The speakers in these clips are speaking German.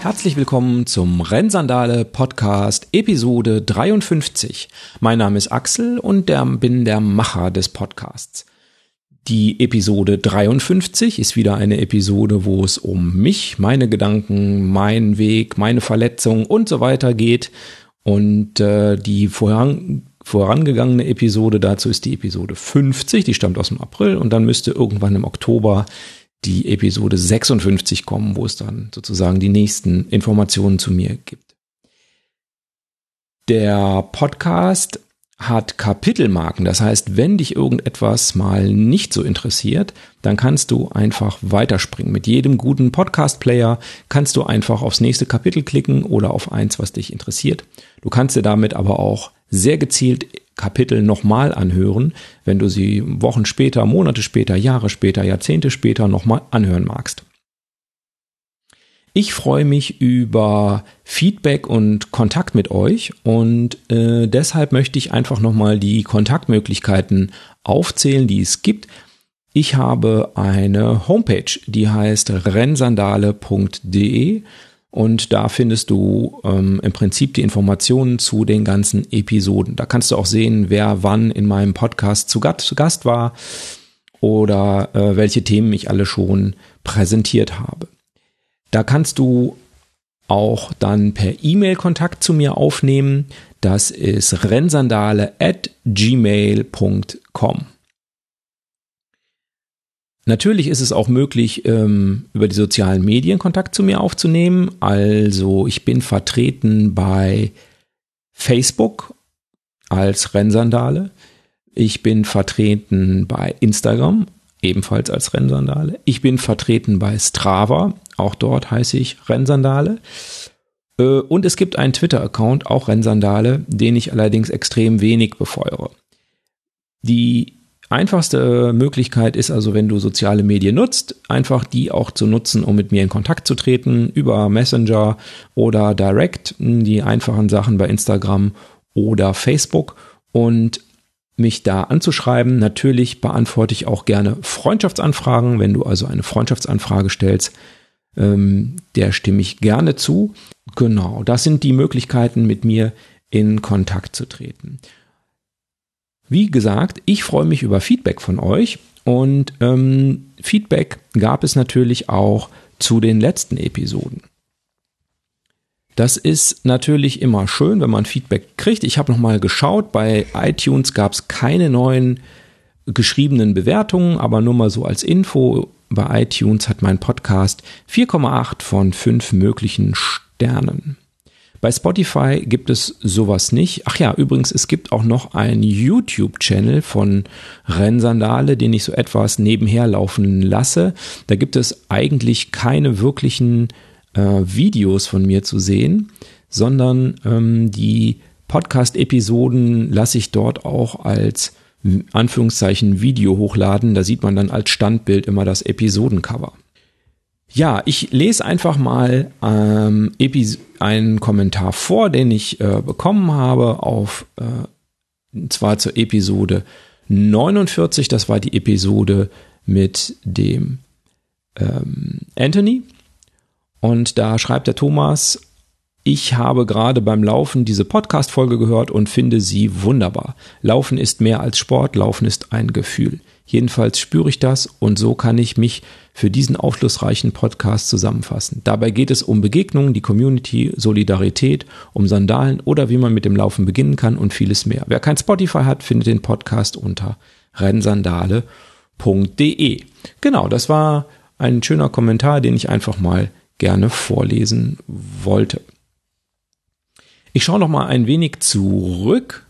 Herzlich willkommen zum Rennsandale Podcast Episode 53. Mein Name ist Axel und bin der Macher des Podcasts. Die Episode 53 ist wieder eine Episode, wo es um mich, meine Gedanken, meinen Weg, meine Verletzung und so weiter geht. Und die vorangegangene Episode dazu ist die Episode 50, die stammt aus dem April, und dann müsste irgendwann im Oktober die Episode 56 kommen, wo es dann sozusagen die nächsten Informationen zu mir gibt. Der Podcast hat Kapitelmarken, das heißt, wenn dich irgendetwas mal nicht so interessiert, dann kannst du einfach weiterspringen. Mit jedem guten Podcast-Player kannst du einfach aufs nächste Kapitel klicken oder auf eins, was dich interessiert. Du kannst dir damit aber auch sehr gezielt Kapitel nochmal anhören, wenn du sie Wochen später, Monate später, Jahre später, Jahrzehnte später nochmal anhören magst. Ich freue mich über Feedback und Kontakt mit euch und deshalb möchte ich einfach nochmal die Kontaktmöglichkeiten aufzählen, die es gibt. Ich habe eine Homepage, die heißt rennsandale.de. Und da findest du im Prinzip die Informationen zu den ganzen Episoden. Da kannst du auch sehen, wer wann in meinem Podcast zu Gast war oder welche Themen ich alle schon präsentiert habe. Da kannst du auch dann per E-Mail Kontakt zu mir aufnehmen. Das ist rennsandale@gmail.com. Natürlich ist es auch möglich, über die sozialen Medien Kontakt zu mir aufzunehmen. Also ich bin vertreten bei Facebook als Rennsandale. Ich bin vertreten bei Instagram, ebenfalls als Rennsandale. Ich bin vertreten bei Strava, auch dort heiße ich Rennsandale. Und es gibt einen Twitter-Account, auch Rennsandale, den ich allerdings extrem wenig befeuere. Die einfachste Möglichkeit ist also, wenn du soziale Medien nutzt, einfach die auch zu nutzen, um mit mir in Kontakt zu treten, über Messenger oder Direct, die einfachen Sachen bei Instagram oder Facebook, und mich da anzuschreiben. Natürlich beantworte ich auch gerne Freundschaftsanfragen. Wenn du also eine Freundschaftsanfrage stellst, der stimme ich gerne zu. Genau, das sind die Möglichkeiten, mit mir in Kontakt zu treten. Wie gesagt, ich freue mich über Feedback von euch, und Feedback gab es natürlich auch zu den letzten Episoden. Das ist natürlich immer schön, wenn man Feedback kriegt. Ich habe nochmal geschaut, bei iTunes gab es keine neuen geschriebenen Bewertungen, aber nur mal so als Info, bei iTunes hat mein Podcast 4,8 von 5 möglichen Sternen. Bei Spotify gibt es sowas nicht. Ach ja, übrigens, es gibt auch noch einen YouTube-Channel von Rennsandale, den ich so etwas nebenher laufen lasse. Da gibt es eigentlich keine wirklichen Videos von mir zu sehen, sondern die Podcast-Episoden lasse ich dort auch als Anführungszeichen Video hochladen. Da sieht man dann als Standbild immer das Episodencover. Ja, ich lese einfach mal einen Kommentar vor, den ich bekommen habe, und zwar zur Episode 49. Das war die Episode mit dem Anthony. Und da schreibt der Thomas: Ich habe gerade beim Laufen diese Podcast-Folge gehört und finde sie wunderbar. Laufen ist mehr als Sport, Laufen ist ein Gefühl. Jedenfalls spüre ich das, und so kann ich mich für diesen aufschlussreichen Podcast zusammenfassen. Dabei geht es um Begegnungen, die Community, Solidarität, um Sandalen oder wie man mit dem Laufen beginnen kann und vieles mehr. Wer kein Spotify hat, findet den Podcast unter rennsandale.de. Genau, das war ein schöner Kommentar, den ich einfach mal gerne vorlesen wollte. Ich schaue noch mal ein wenig zurück.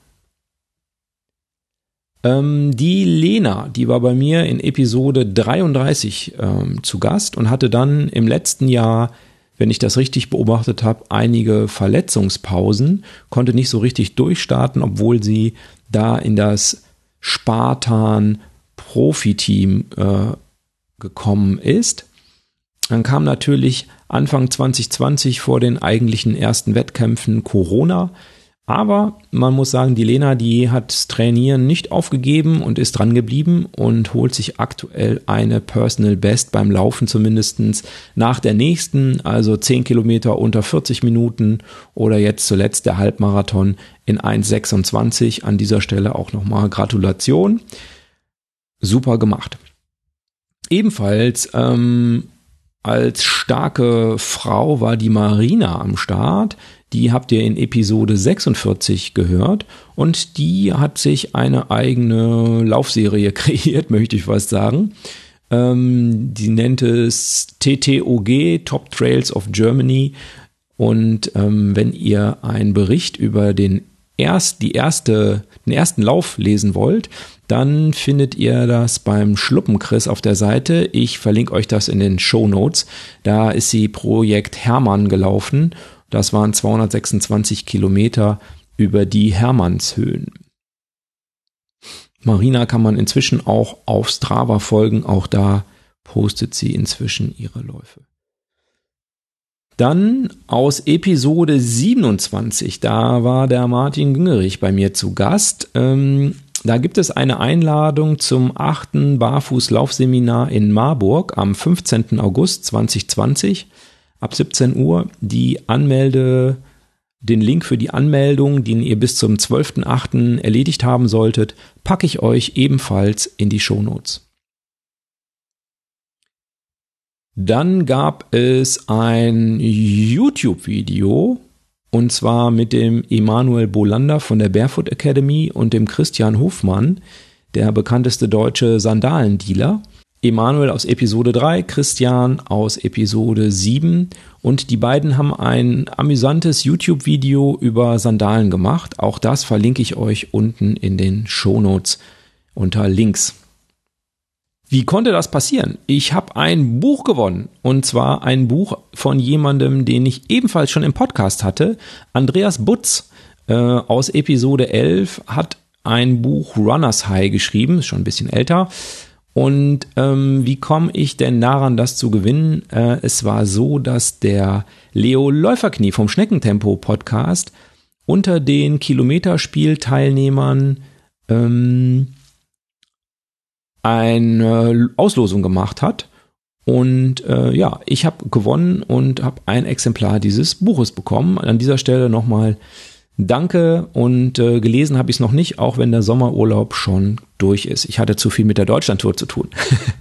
Die Lena, die war bei mir in Episode 33 zu Gast und hatte dann im letzten Jahr, wenn ich das richtig beobachtet habe, einige Verletzungspausen, konnte nicht so richtig durchstarten, obwohl sie da in das Spartan-Profi-Team gekommen ist. Dann kam natürlich Anfang 2020 vor den eigentlichen ersten Wettkämpfen Corona. Aber man muss sagen, die Lena, die hat Trainieren nicht aufgegeben und ist dran geblieben und holt sich aktuell eine Personal Best beim Laufen zumindest nach der nächsten, also 10 Kilometer unter 40 Minuten oder jetzt zuletzt der Halbmarathon in 1,26. An dieser Stelle auch nochmal Gratulation. Super gemacht. Ebenfalls als starke Frau war die Marina am Start. Die habt ihr in Episode 46 gehört und die hat sich eine eigene Laufserie kreiert, möchte ich fast sagen. Die nennt es TTOG, Top Trails of Germany. Und wenn ihr einen Bericht über den ersten Lauf lesen wollt, dann findet ihr das beim Schluppenchris auf der Seite. Ich verlinke euch das in den Shownotes. Da ist sie Projekt Hermann gelaufen. Das waren 226 Kilometer über die Hermannshöhen. Marina kann man inzwischen auch auf Strava folgen. Auch da postet sie inzwischen ihre Läufe. Dann aus Episode 27, da war der Martin Güngerich bei mir zu Gast. Da gibt es eine Einladung zum 8. Barfuß-Laufseminar in Marburg am 15. August 2020 ab 17 Uhr. Den Link für die Anmeldung, den ihr bis zum 12.8. erledigt haben solltet, packe ich euch ebenfalls in die Shownotes. Dann gab es ein YouTube-Video und zwar mit dem Emanuel Bolander von der Barefoot Academy und dem Christian Hofmann, der bekannteste deutsche Sandalendealer. Emanuel aus Episode 3, Christian aus Episode 7 und die beiden haben ein amüsantes YouTube-Video über Sandalen gemacht. Auch das verlinke ich euch unten in den Shownotes unter Links. Wie konnte das passieren? Ich habe ein Buch gewonnen und zwar ein Buch von jemandem, den ich ebenfalls schon im Podcast hatte. Andreas Butz aus Episode 11 hat ein Buch Runners High geschrieben, ist schon ein bisschen älter. Und wie komme ich denn daran, das zu gewinnen? Es war so, dass der Leo Läuferknie vom Schneckentempo-Podcast unter den Kilometerspiel-Teilnehmern eine Auslosung gemacht hat. Und ich habe gewonnen und habe ein Exemplar dieses Buches bekommen. An dieser Stelle nochmal danke und gelesen habe ich es noch nicht, auch wenn der Sommerurlaub schon durch ist. Ich hatte zu viel mit der Deutschlandtour zu tun.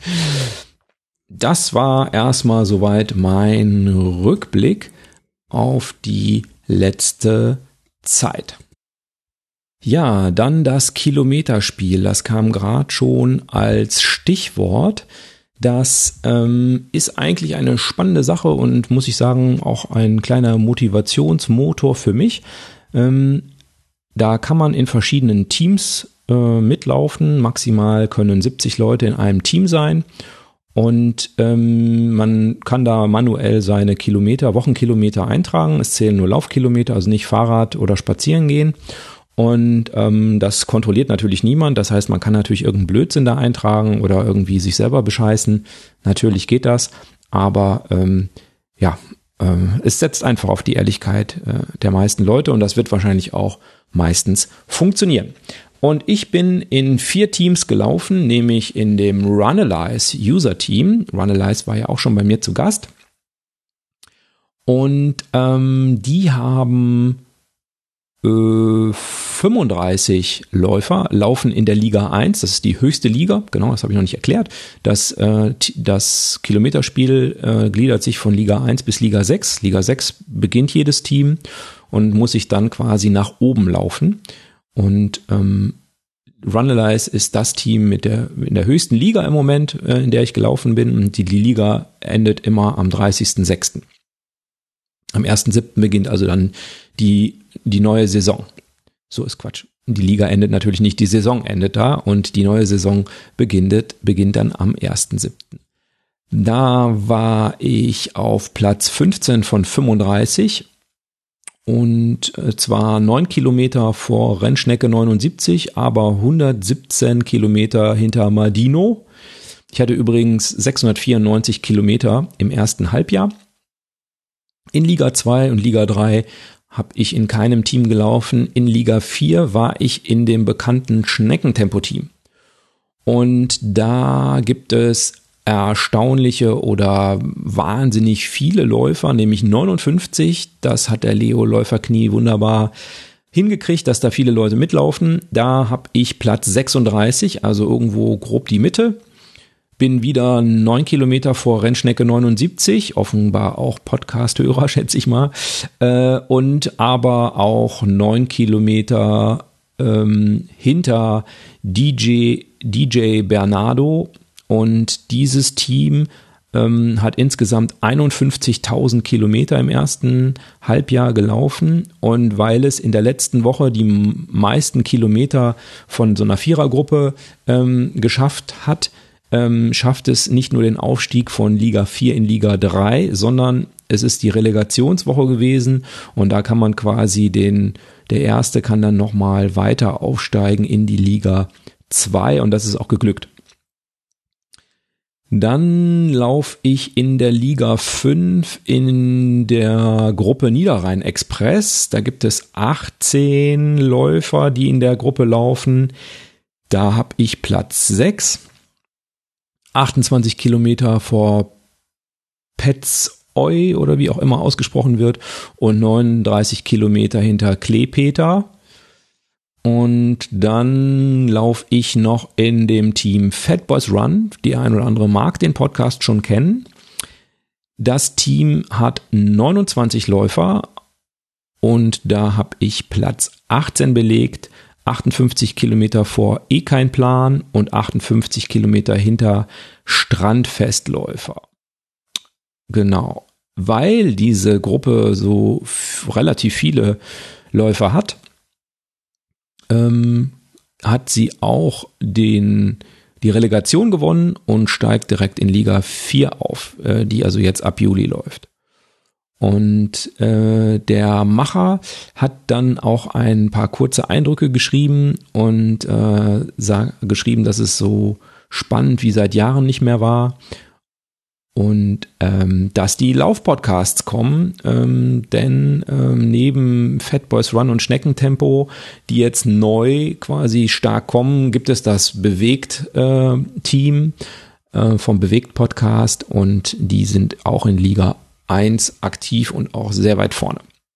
Das war erstmal soweit mein Rückblick auf die letzte Zeit. Ja, dann das Kilometerspiel, das kam gerade schon als Stichwort. Das ist eigentlich eine spannende Sache und muss ich sagen, auch ein kleiner Motivationsmotor für mich. Da kann man in verschiedenen Teams mitlaufen. Maximal können 70 Leute in einem Team sein. Und man kann da manuell seine Wochenkilometer eintragen. Es zählen nur Laufkilometer, also nicht Fahrrad oder Spazieren gehen. Und das kontrolliert natürlich niemand. Das heißt, man kann natürlich irgendeinen Blödsinn da eintragen oder irgendwie sich selber bescheißen. Natürlich geht das, aber es setzt einfach auf die Ehrlichkeit der meisten Leute und das wird wahrscheinlich auch meistens funktionieren. Und ich bin in 4 Teams gelaufen, nämlich in dem Runalyze User Team. Runalyze war ja auch schon bei mir zu Gast. Und die haben 35 Läufer, laufen in der Liga 1, das ist die höchste Liga, genau, das habe ich noch nicht erklärt. Das Kilometerspiel gliedert sich von Liga 1 bis Liga 6. Liga 6 beginnt jedes Team und muss sich dann quasi nach oben laufen. Und Runalyze ist das Team in der höchsten Liga im Moment, in der ich gelaufen bin. Und die Liga endet immer am 30.06. Am 1.07. beginnt also dann die neue Saison. So ist Quatsch. Die Liga endet natürlich nicht, die Saison endet da und die neue Saison beginnt dann am 1.07. Da war ich auf Platz 15 von 35 und zwar 9 Kilometer vor Rennschnecke 79, aber 117 Kilometer hinter Mardino. Ich hatte übrigens 694 Kilometer im ersten Halbjahr. In Liga 2 und Liga 3 habe ich in keinem Team gelaufen. In Liga 4 war ich in dem bekannten Schneckentempo-Team. Und da gibt es erstaunliche oder wahnsinnig viele Läufer, nämlich 59. Das hat der Leo Läuferknie wunderbar hingekriegt, dass da viele Leute mitlaufen. Da habe ich Platz 36, also irgendwo grob die Mitte. Bin wieder 9 Kilometer vor Rennschnecke 79, offenbar auch Podcast-Hörer, schätze ich mal. Und aber auch 9 Kilometer hinter DJ Bernardo. Und dieses Team hat insgesamt 51.000 Kilometer im ersten Halbjahr gelaufen. Und weil es in der letzten Woche die meisten Kilometer von so einer Vierergruppe geschafft hat, schafft es nicht nur den Aufstieg von Liga 4 in Liga 3, sondern es ist die Relegationswoche gewesen und da kann man quasi der Erste kann dann nochmal weiter aufsteigen in die Liga 2 und das ist auch geglückt. Dann laufe ich in der Liga 5 in der Gruppe Niederrhein Express. Da gibt es 18 Läufer, die in der Gruppe laufen. Da habe ich Platz 6. 28 Kilometer vor Petzoi oder wie auch immer ausgesprochen wird und 39 Kilometer hinter Kleepeter. Und dann laufe ich noch in dem Team Fat Boys Run. Die ein oder andere mag den Podcast schon kennen. Das Team hat 29 Läufer und da habe ich Platz 18 belegt. 58 Kilometer vor kein Plan und 58 Kilometer hinter Strandfestläufer. Genau. Weil diese Gruppe so relativ viele Läufer hat, hat sie auch die Relegation gewonnen und steigt direkt in Liga 4 auf, die also jetzt ab Juli läuft. Und der Macher hat dann auch ein paar kurze Eindrücke geschrieben und geschrieben, dass es so spannend wie seit Jahren nicht mehr war. Und dass die Laufpodcasts kommen, denn neben Fat Boys Run und Schneckentempo, die jetzt neu quasi stark kommen, gibt es das Bewegt-Team vom Bewegt-Podcast und die sind auch in Liga 1 aktiv und auch sehr weit vorne.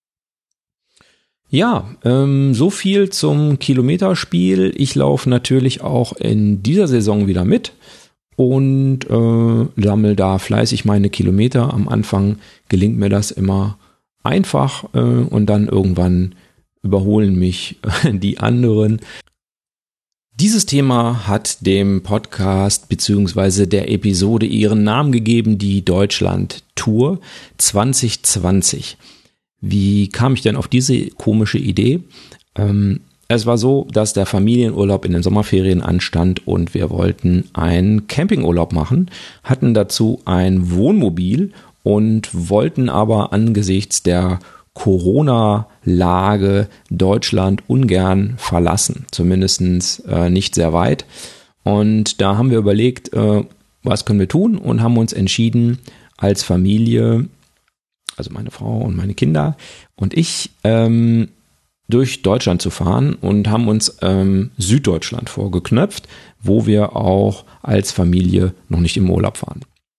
Ja, so viel zum Kilometerspiel. Ich laufe natürlich auch in dieser Saison wieder mit. Und sammle da fleißig meine Kilometer. Am Anfang gelingt mir das immer einfach und dann irgendwann überholen mich die anderen. Dieses Thema hat dem Podcast bzw. der Episode ihren Namen gegeben, die Deutschland-Tour 2020. Wie kam ich denn auf diese komische Idee? Es war so, dass der Familienurlaub in den Sommerferien anstand und wir wollten einen Campingurlaub machen, hatten dazu ein Wohnmobil und wollten aber angesichts der Corona-Lage Deutschland ungern verlassen, zumindest nicht sehr weit. Und da haben wir überlegt, was können wir tun und haben uns entschieden, als Familie, also meine Frau und meine Kinder und ich, durch Deutschland zu fahren und haben uns Süddeutschland vorgeknöpft, wo wir auch als Familie noch nicht im Urlaub waren.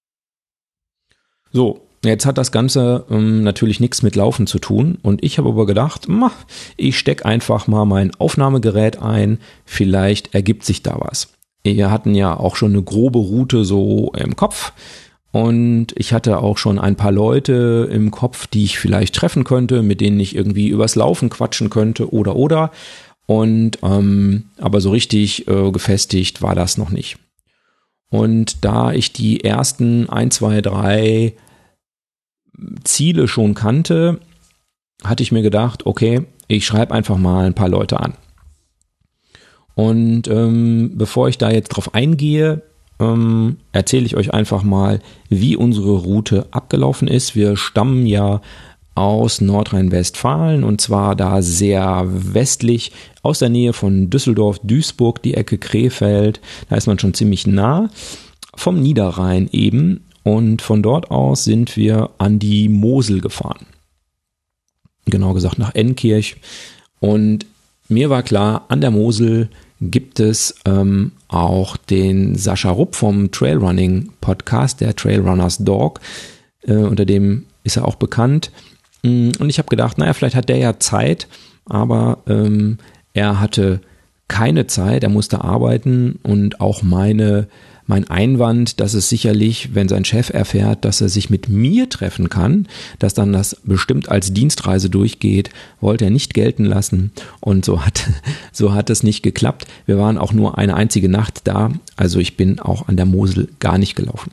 So, jetzt hat das Ganze natürlich nichts mit Laufen zu tun und ich habe aber gedacht, ich stecke einfach mal mein Aufnahmegerät ein, vielleicht ergibt sich da was. Wir hatten ja auch schon eine grobe Route so im Kopf. Und ich hatte auch schon ein paar Leute im Kopf, die ich vielleicht treffen könnte, mit denen ich irgendwie übers Laufen quatschen könnte oder. Und aber so richtig gefestigt war das noch nicht. Und da ich die ersten 1, 2, 3 Ziele schon kannte, hatte ich mir gedacht, okay, ich schreibe einfach mal ein paar Leute an. Und bevor ich da jetzt drauf eingehe, erzähle ich euch einfach mal, wie unsere Route abgelaufen ist. Wir stammen ja aus Nordrhein-Westfalen und zwar da sehr westlich aus der Nähe von Düsseldorf, Duisburg, die Ecke Krefeld. Da ist man schon ziemlich nah vom Niederrhein eben und von dort aus sind wir an die Mosel gefahren. genau gesagt nach Enkirch. Und mir war klar, an der Mosel gibt es auch den Sascha Rupp vom Trailrunning Podcast, der Trailrunners Dog, unter dem ist er auch bekannt. Und ich habe gedacht, naja, vielleicht hat der ja Zeit, aber er hatte keine Zeit, er musste arbeiten und auch mein Einwand, dass es sicherlich, wenn sein Chef erfährt, dass er sich mit mir treffen kann, dass dann das bestimmt als Dienstreise durchgeht, wollte er nicht gelten lassen und so hat es nicht geklappt. Wir waren auch nur eine einzige Nacht da, also ich bin auch an der Mosel gar nicht gelaufen.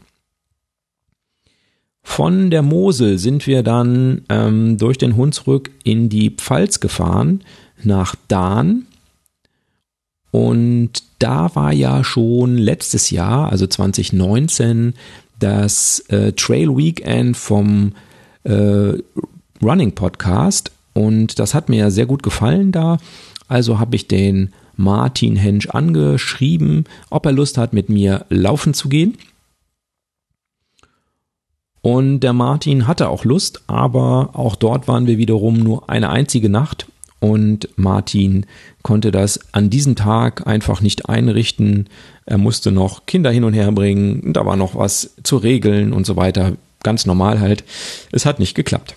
Von der Mosel sind wir dann durch den Hunsrück in die Pfalz gefahren, nach Dahn. Und da war ja schon letztes Jahr, also 2019, das Trail Weekend vom Running Podcast. Und das hat mir ja sehr gut gefallen da. Also habe ich den Martin Hensch angeschrieben, ob er Lust hat, mit mir laufen zu gehen. Und der Martin hatte auch Lust, aber auch dort waren wir wiederum nur eine einzige Nacht und Martin konnte das an diesem Tag einfach nicht einrichten. Er musste noch Kinder hin und her bringen, da war noch was zu regeln und so weiter. Ganz normal halt. Es hat nicht geklappt.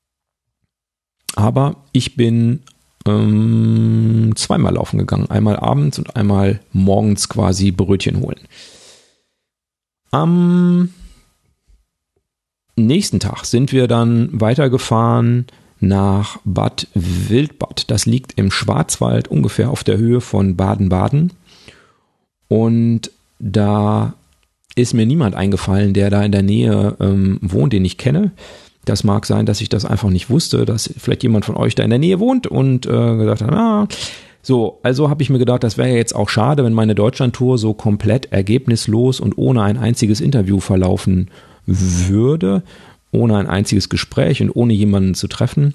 Aber ich bin zweimal laufen gegangen. Einmal abends und einmal morgens quasi Brötchen holen. Am nächsten Tag sind wir dann weitergefahren nach Bad Wildbad. Das liegt im Schwarzwald, ungefähr auf der Höhe von Baden-Baden. Und da ist mir niemand eingefallen, der da in der Nähe wohnt, den ich kenne. Das mag sein, dass ich das einfach nicht wusste, dass vielleicht jemand von euch da in der Nähe wohnt und gesagt hat, so, also habe ich mir gedacht, das wäre ja jetzt auch schade, wenn meine Deutschlandtour so komplett ergebnislos und ohne ein einziges Interview verlaufen würde, ohne ein einziges Gespräch und ohne jemanden zu treffen.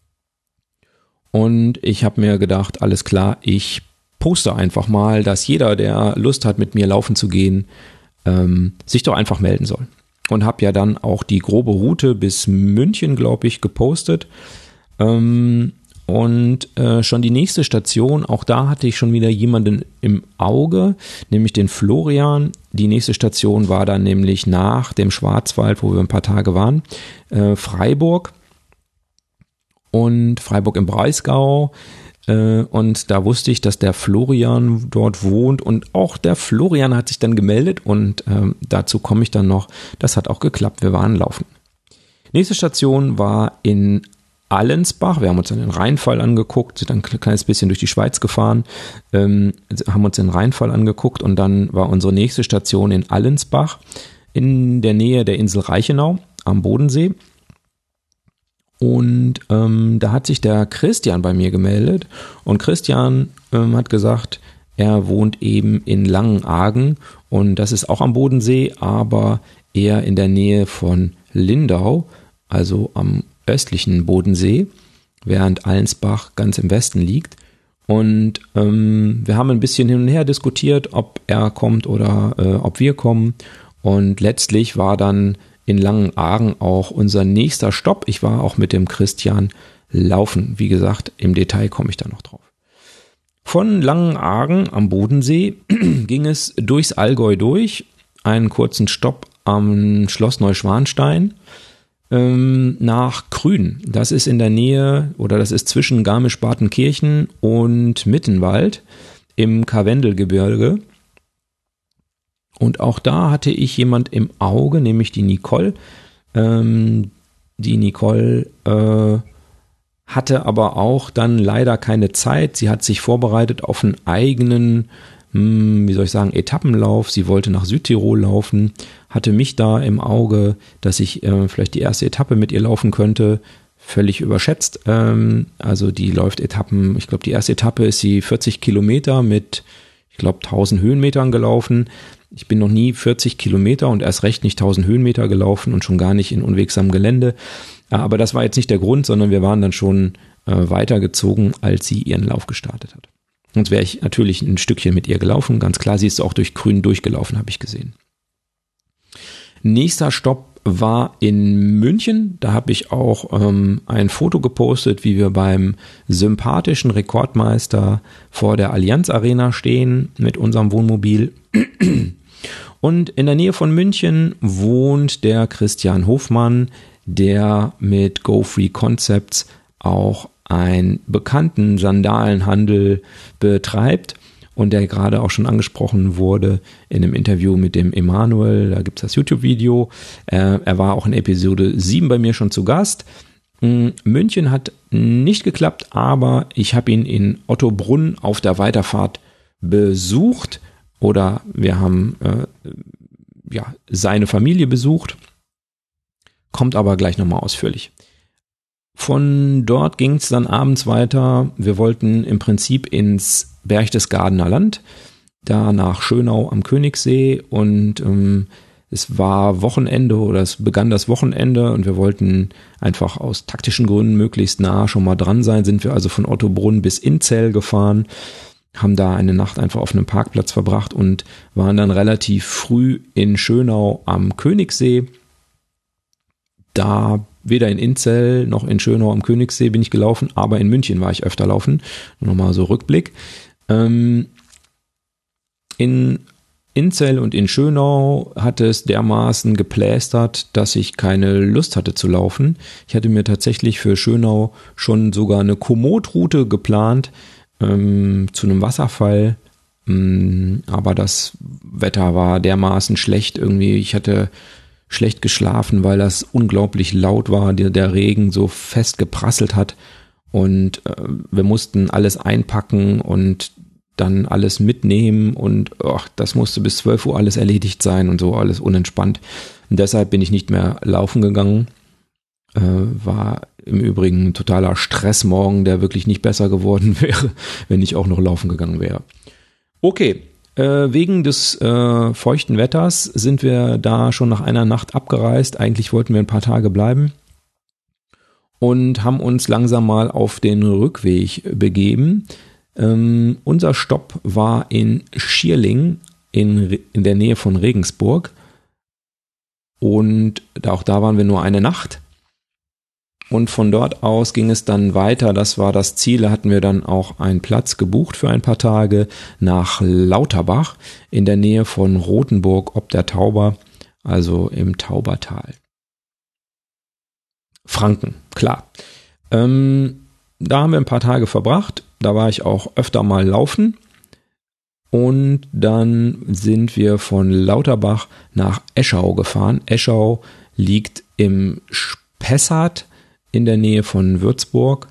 Und ich habe mir gedacht, alles klar, ich poste einfach mal, dass jeder, der Lust hat, mit mir laufen zu gehen, sich doch einfach melden soll. Und habe ja dann auch die grobe Route bis München, glaube ich, gepostet. Und schon die nächste Station, auch da hatte ich schon wieder jemanden im Auge, nämlich den Florian. Die nächste Station war dann nämlich nach dem Schwarzwald, wo wir ein paar Tage waren, Freiburg und Freiburg im Breisgau. Und da wusste ich, dass der Florian dort wohnt und auch der Florian hat sich dann gemeldet und dazu komme ich dann noch. Das hat auch geklappt, wir waren laufen. Nächste Station war in Allensbach, wir haben uns dann den Rheinfall angeguckt, sind dann ein kleines bisschen durch die Schweiz gefahren, haben uns den Rheinfall angeguckt und dann war unsere nächste Station in Allensbach in der Nähe der Insel Reichenau am Bodensee. Und da hat sich der Christian bei mir gemeldet und Christian hat gesagt, er wohnt eben in Langenargen und das ist auch am Bodensee, aber eher in der Nähe von Lindau, also am östlichen Bodensee, während Allensbach ganz im Westen liegt. Und wir haben ein bisschen hin und her diskutiert, ob er kommt oder ob wir kommen. Und letztlich war dann in Langenargen auch unser nächster Stopp. Ich war auch mit dem Christian laufen. Wie gesagt, im Detail komme ich da noch drauf. Von Langenargen am Bodensee ging es durchs Allgäu durch, einen kurzen Stopp am Schloss Neuschwanstein, nach Krün. Das ist in der Nähe oder das ist zwischen Garmisch-Partenkirchen und Mittenwald im Karwendelgebirge. Und auch da hatte ich jemand im Auge, nämlich die Nicole. Die Nicole hatte aber auch dann leider keine Zeit. Sie hat sich vorbereitet auf einen eigenen, Etappenlauf. Sie wollte nach Südtirol laufen, hatte mich da im Auge, dass ich vielleicht die erste Etappe mit ihr laufen könnte. Völlig überschätzt. Also die läuft Etappen, ich glaube die erste Etappe ist sie 40 Kilometer mit, ich glaube 1000 Höhenmetern gelaufen. Ich bin noch nie 40 Kilometer und erst recht nicht 1000 Höhenmeter gelaufen und schon gar nicht in unwegsamem Gelände. Aber das war jetzt nicht der Grund, sondern wir waren dann schon weitergezogen, als sie ihren Lauf gestartet hat. Sonst wäre ich natürlich ein Stückchen mit ihr gelaufen. Ganz klar, sie ist auch durch Grün durchgelaufen, habe ich gesehen. Nächster Stopp war in München. Da habe ich auch ein Foto gepostet, wie wir beim sympathischen Rekordmeister vor der Allianz Arena stehen mit unserem Wohnmobil. Und in der Nähe von München wohnt der Christian Hofmann, der mit Go Free Concepts auch einen bekannten Sandalenhandel betreibt und der gerade auch schon angesprochen wurde in einem Interview mit dem Emanuel. Da gibt es das YouTube-Video. Er war auch in Episode 7 bei mir schon zu Gast. München hat nicht geklappt, aber ich habe ihn in Ottobrunn auf der Weiterfahrt besucht oder wir haben seine Familie besucht. Kommt aber gleich nochmal ausführlich. Von dort ging es dann abends weiter. Wir wollten im Prinzip ins Berchtesgadener Land, da nach Schönau am Königssee und es war Wochenende oder es begann das Wochenende und wir wollten einfach aus taktischen Gründen möglichst nah schon mal dran sein. Sind wir also von Ottobrunn bis Inzell gefahren, haben da eine Nacht einfach auf einem Parkplatz verbracht und waren dann relativ früh in Schönau am Königssee. Da weder in Inzell noch in Schönau am Königssee bin ich gelaufen, aber in München war ich öfter laufen. Nochmal so Rückblick. In Inzell und in Schönau hatte es dermaßen geplästert, dass ich keine Lust hatte zu laufen. Ich hatte mir tatsächlich für Schönau schon sogar eine Komoot-Route geplant zu einem Wasserfall, aber das Wetter war dermaßen schlecht irgendwie. Ich hatte schlecht geschlafen, weil das unglaublich laut war, der Regen so fest geprasselt hat und wir mussten alles einpacken und dann alles mitnehmen und das musste bis 12 Uhr alles erledigt sein und so, alles unentspannt. Und deshalb bin ich nicht mehr laufen gegangen. War im Übrigen ein totaler Stressmorgen, der wirklich nicht besser geworden wäre, wenn ich auch noch laufen gegangen wäre. Okay. Wegen des feuchten Wetters sind wir da schon nach einer Nacht abgereist. Eigentlich wollten wir ein paar Tage bleiben und haben uns langsam mal auf den Rückweg begeben. Unser Stopp war in Schierling in der Nähe von Regensburg und auch da waren wir nur eine Nacht. Und von dort aus ging es dann weiter, das war das Ziel, da hatten wir dann auch einen Platz gebucht für ein paar Tage nach Lauterbach in der Nähe von Rothenburg ob der Tauber, also im Taubertal. Franken, klar. Da haben wir ein paar Tage verbracht, da war ich auch öfter mal laufen und dann sind wir von Lauterbach nach Eschau gefahren. Eschau liegt im Spessart in der Nähe von Würzburg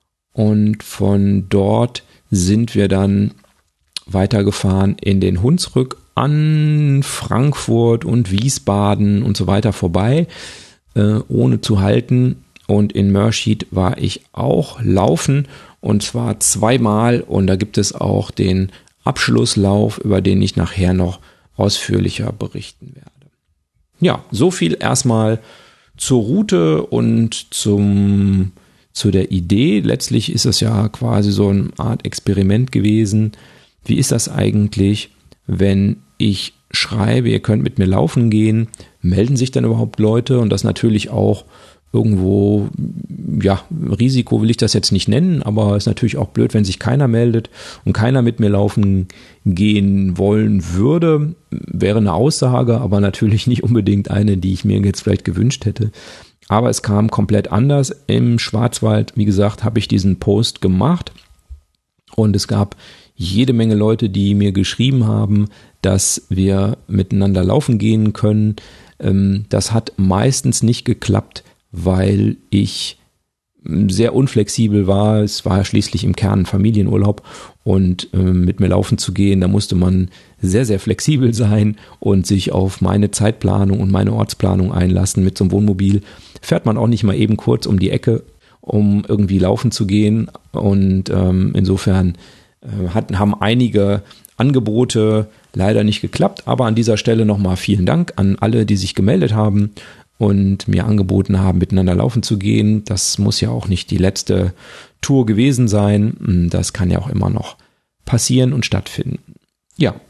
und von dort sind wir dann weitergefahren in den Hunsrück an Frankfurt und Wiesbaden und so weiter vorbei, ohne zu halten. Und in Mörschied war ich auch laufen und zwar 2-mal und da gibt es auch den Abschlusslauf, über den ich nachher noch ausführlicher berichten werde. Ja, so viel erstmal zur Route und zu der Idee. Letztlich ist es ja quasi so eine Art Experiment gewesen. Wie ist das eigentlich, wenn ich schreibe, ihr könnt mit mir laufen gehen? Melden sich dann überhaupt Leute? Und das natürlich auch irgendwo, ja, Risiko will ich das jetzt nicht nennen, aber es ist natürlich auch blöd, wenn sich keiner meldet und keiner mit mir laufen gehen wollen würde. Wäre eine Aussage, aber natürlich nicht unbedingt eine, die ich mir jetzt vielleicht gewünscht hätte. Aber es kam komplett anders. Im Schwarzwald, wie gesagt, habe ich diesen Post gemacht und es gab jede Menge Leute, die mir geschrieben haben, dass wir miteinander laufen gehen können. Das hat meistens nicht geklappt, weil ich sehr unflexibel war. Es war schließlich im Kern Familienurlaub und mit mir laufen zu gehen, da musste man sehr, sehr flexibel sein und sich auf meine Zeitplanung und meine Ortsplanung einlassen. Mit so einem Wohnmobil fährt man auch nicht mal eben kurz um die Ecke, um irgendwie laufen zu gehen und insofern haben einige Angebote leider nicht geklappt, aber an dieser Stelle nochmal vielen Dank an alle, die sich gemeldet haben und mir angeboten haben, miteinander laufen zu gehen. Das muss ja auch nicht die letzte Tour gewesen sein. Das kann ja auch immer noch passieren und stattfinden. Ja,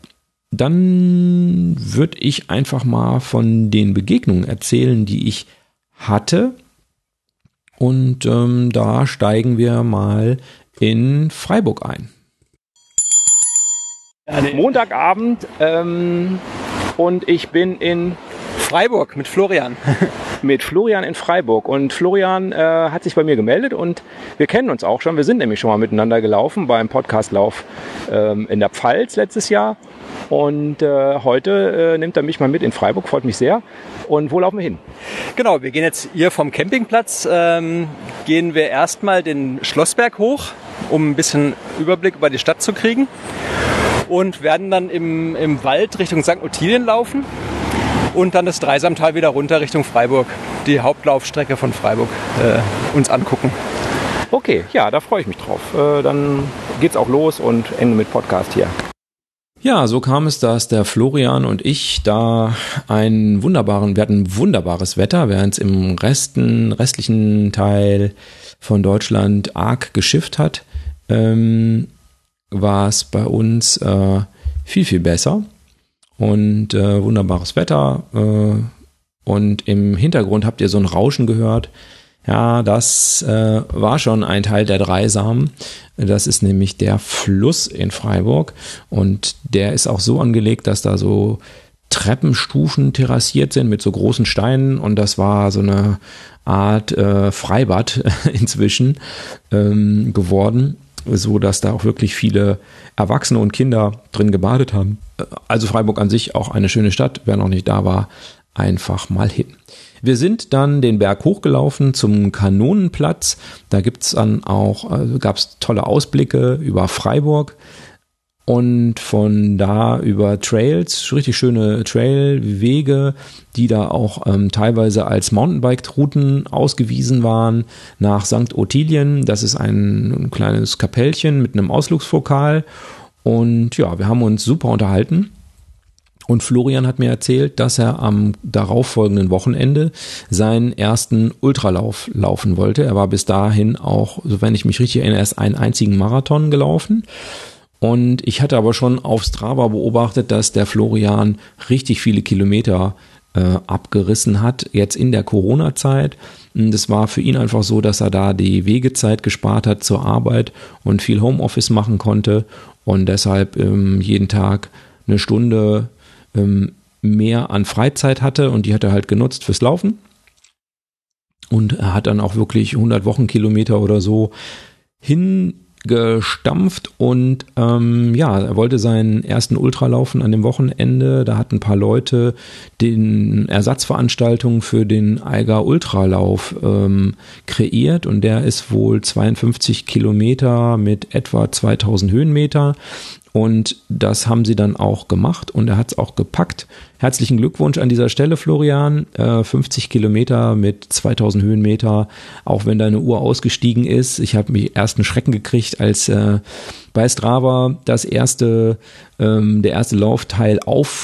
Dann würde ich einfach mal von den Begegnungen erzählen, die ich hatte. Und da steigen wir mal in Freiburg ein. Montagabend und ich bin in Freiburg mit Florian. Mit Florian in Freiburg. Und Florian hat sich bei mir gemeldet und wir kennen uns auch schon. Wir sind nämlich schon mal miteinander gelaufen beim Podcastlauf in der Pfalz letztes Jahr. Und heute nimmt er mich mal mit in Freiburg, freut mich sehr. Und wo laufen wir hin? Genau, wir gehen jetzt hier vom Campingplatz, gehen wir erstmal den Schlossberg hoch, um ein bisschen Überblick über die Stadt zu kriegen. Und werden dann im Wald Richtung St. Ottilien laufen und dann das Dreisamtal wieder runter Richtung Freiburg, die Hauptlaufstrecke von Freiburg, uns angucken. Okay, ja, da freue ich mich drauf. Dann geht's auch los und enden mit Podcast hier. Ja, so kam es, dass der Florian und ich da wir hatten wunderbares Wetter, während es im restlichen Teil von Deutschland arg geschifft hat, war es bei uns viel, viel besser und wunderbares Wetter und im Hintergrund habt ihr so ein Rauschen gehört. Ja, das war schon ein Teil der Dreisam. Das ist nämlich der Fluss in Freiburg und der ist auch so angelegt, dass da so Treppenstufen terrassiert sind mit so großen Steinen und das war so eine Art Freibad inzwischen geworden, so dass da auch wirklich viele Erwachsene und Kinder drin gebadet haben. Also Freiburg an sich auch eine schöne Stadt. Wer noch nicht da war, einfach mal hin. Wir sind dann den Berg hochgelaufen zum Kanonenplatz. Da gab's tolle Ausblicke über Freiburg und von da über Trails, richtig schöne Trailwege, die da auch teilweise als Mountainbike-Routen ausgewiesen waren, nach St. Ottilien. Das ist ein kleines Kapellchen mit einem Ausflugslokal und ja, wir haben uns super unterhalten. Und Florian hat mir erzählt, dass er am darauffolgenden Wochenende seinen ersten Ultralauf laufen wollte. Er war bis dahin auch, wenn ich mich richtig erinnere, erst einen einzigen Marathon gelaufen. Und ich hatte aber schon auf Strava beobachtet, dass der Florian richtig viele Kilometer abgerissen hat, jetzt in der Corona-Zeit. Das war für ihn einfach so, dass er da die Wegezeit gespart hat zur Arbeit und viel Homeoffice machen konnte und deshalb jeden Tag eine Stunde mehr an Freizeit hatte und die hat er halt genutzt fürs Laufen und er hat dann auch wirklich 100 Wochenkilometer oder so hingestampft und er wollte seinen ersten Ultra laufen an dem Wochenende. Da hatten ein paar Leute den Ersatzveranstaltungen für den Eiger Ultralauf kreiert und der ist wohl 52 Kilometer mit etwa 2000 Höhenmeter. Und das haben sie dann auch gemacht und er hat es auch gepackt. Herzlichen Glückwunsch an dieser Stelle, Florian. 50 Kilometer mit 2000 Höhenmeter, auch wenn deine Uhr ausgestiegen ist. Ich habe mich erst einen Schrecken gekriegt, als bei Strava der erste Laufteil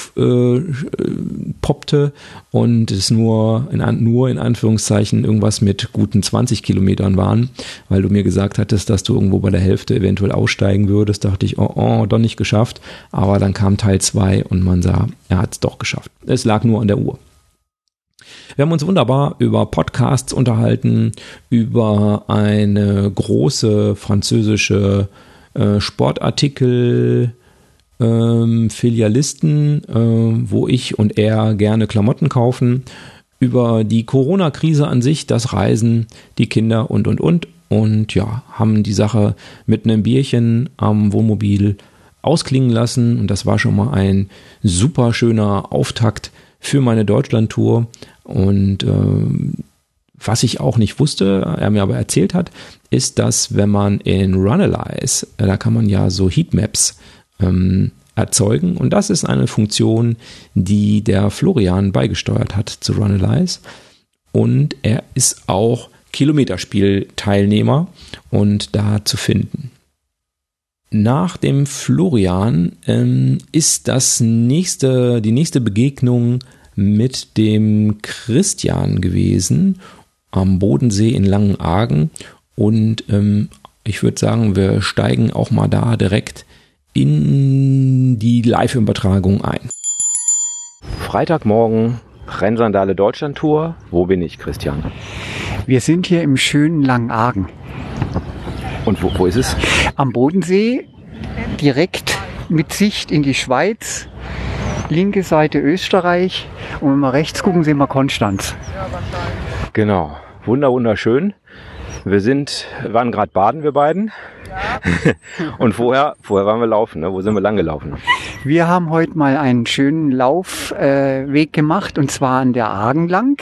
aufpoppte und es nur in Anführungszeichen irgendwas mit guten 20 Kilometern waren, weil du mir gesagt hattest, dass du irgendwo bei der Hälfte eventuell aussteigen würdest. Dachte ich, doch nicht geschafft. Aber dann kam Teil 2 und man sah, er hat es doch geschafft. Es lag nur an der Uhr. Wir haben uns wunderbar über Podcasts unterhalten, über eine große französische Sportartikel Filialisten, wo ich und er gerne Klamotten kaufen, über die Corona-Krise an sich, das Reisen, die Kinder und ja, haben die Sache mit einem Bierchen am Wohnmobil ausklingen lassen und das war schon mal ein super schöner Auftakt für meine Deutschland-Tour und was ich auch nicht wusste, er mir aber erzählt hat, ist, dass wenn man in Runalyze, da kann man ja so Heatmaps erzeugen und das ist eine Funktion, die der Florian beigesteuert hat zu Runalyze und er ist auch Kilometerspiel-Teilnehmer und da zu finden. Nach dem Florian ist die nächste Begegnung mit dem Christian gewesen am Bodensee in Langenargen und ich würde sagen, wir steigen auch mal da direkt in die Live-Übertragung ein. Freitagmorgen, Rennsandale Deutschland-Tour. Wo bin ich, Christian? Wir sind hier im schönen Langenargen. Und wo ist es? Am Bodensee, direkt mit Sicht in die Schweiz. Linke Seite Österreich. Und wenn wir rechts gucken, sehen wir Konstanz. Genau, wunderschön. Wir waren gerade baden, wir beiden. Und vorher waren wir laufen. Ne? Wo sind wir lang gelaufen? Wir haben heute mal einen schönen Laufweg gemacht, und zwar an der Argen lang.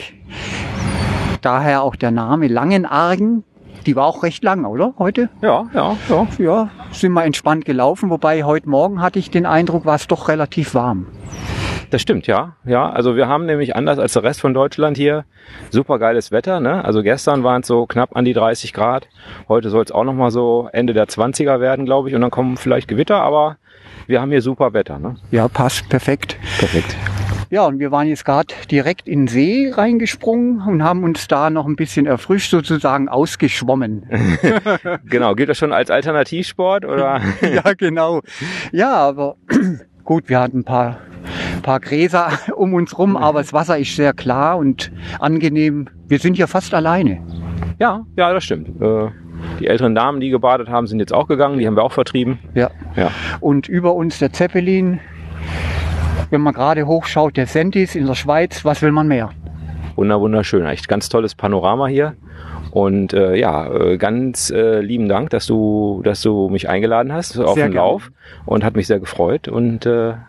Daher auch der Name Langenargen. Die war auch recht lang, oder? Heute? Ja. Ja, sind wir entspannt gelaufen. Wobei heute Morgen hatte ich den Eindruck, war es doch relativ warm. Das stimmt, ja. Ja, also wir haben nämlich anders als der Rest von Deutschland hier super geiles Wetter. Ne? Also gestern waren es so knapp an die 30 Grad. Heute soll es auch nochmal so Ende der 20er werden, glaube ich. Und dann kommen vielleicht Gewitter, aber wir haben hier super Wetter. Ne? Ja, passt. Perfekt. Perfekt. Ja, und wir waren jetzt gerade direkt in den See reingesprungen und haben uns da noch ein bisschen erfrischt, sozusagen ausgeschwommen. Genau, gilt das schon als Alternativsport, oder? Ja, genau. Ja, aber gut, wir hatten ein paar Gräser um uns rum, aber das Wasser ist sehr klar und angenehm. Wir sind ja fast alleine. Ja, das stimmt. Die älteren Damen, die gebadet haben, sind jetzt auch gegangen. Die haben wir auch vertrieben. Ja. Und über uns der Zeppelin. Wenn man gerade hochschaut, der Sentis in der Schweiz. Was will man mehr? Wunderschön. Echt ganz tolles Panorama hier. Und ganz lieben Dank, dass du mich eingeladen hast auf den Lauf. Und hat mich sehr gefreut. Und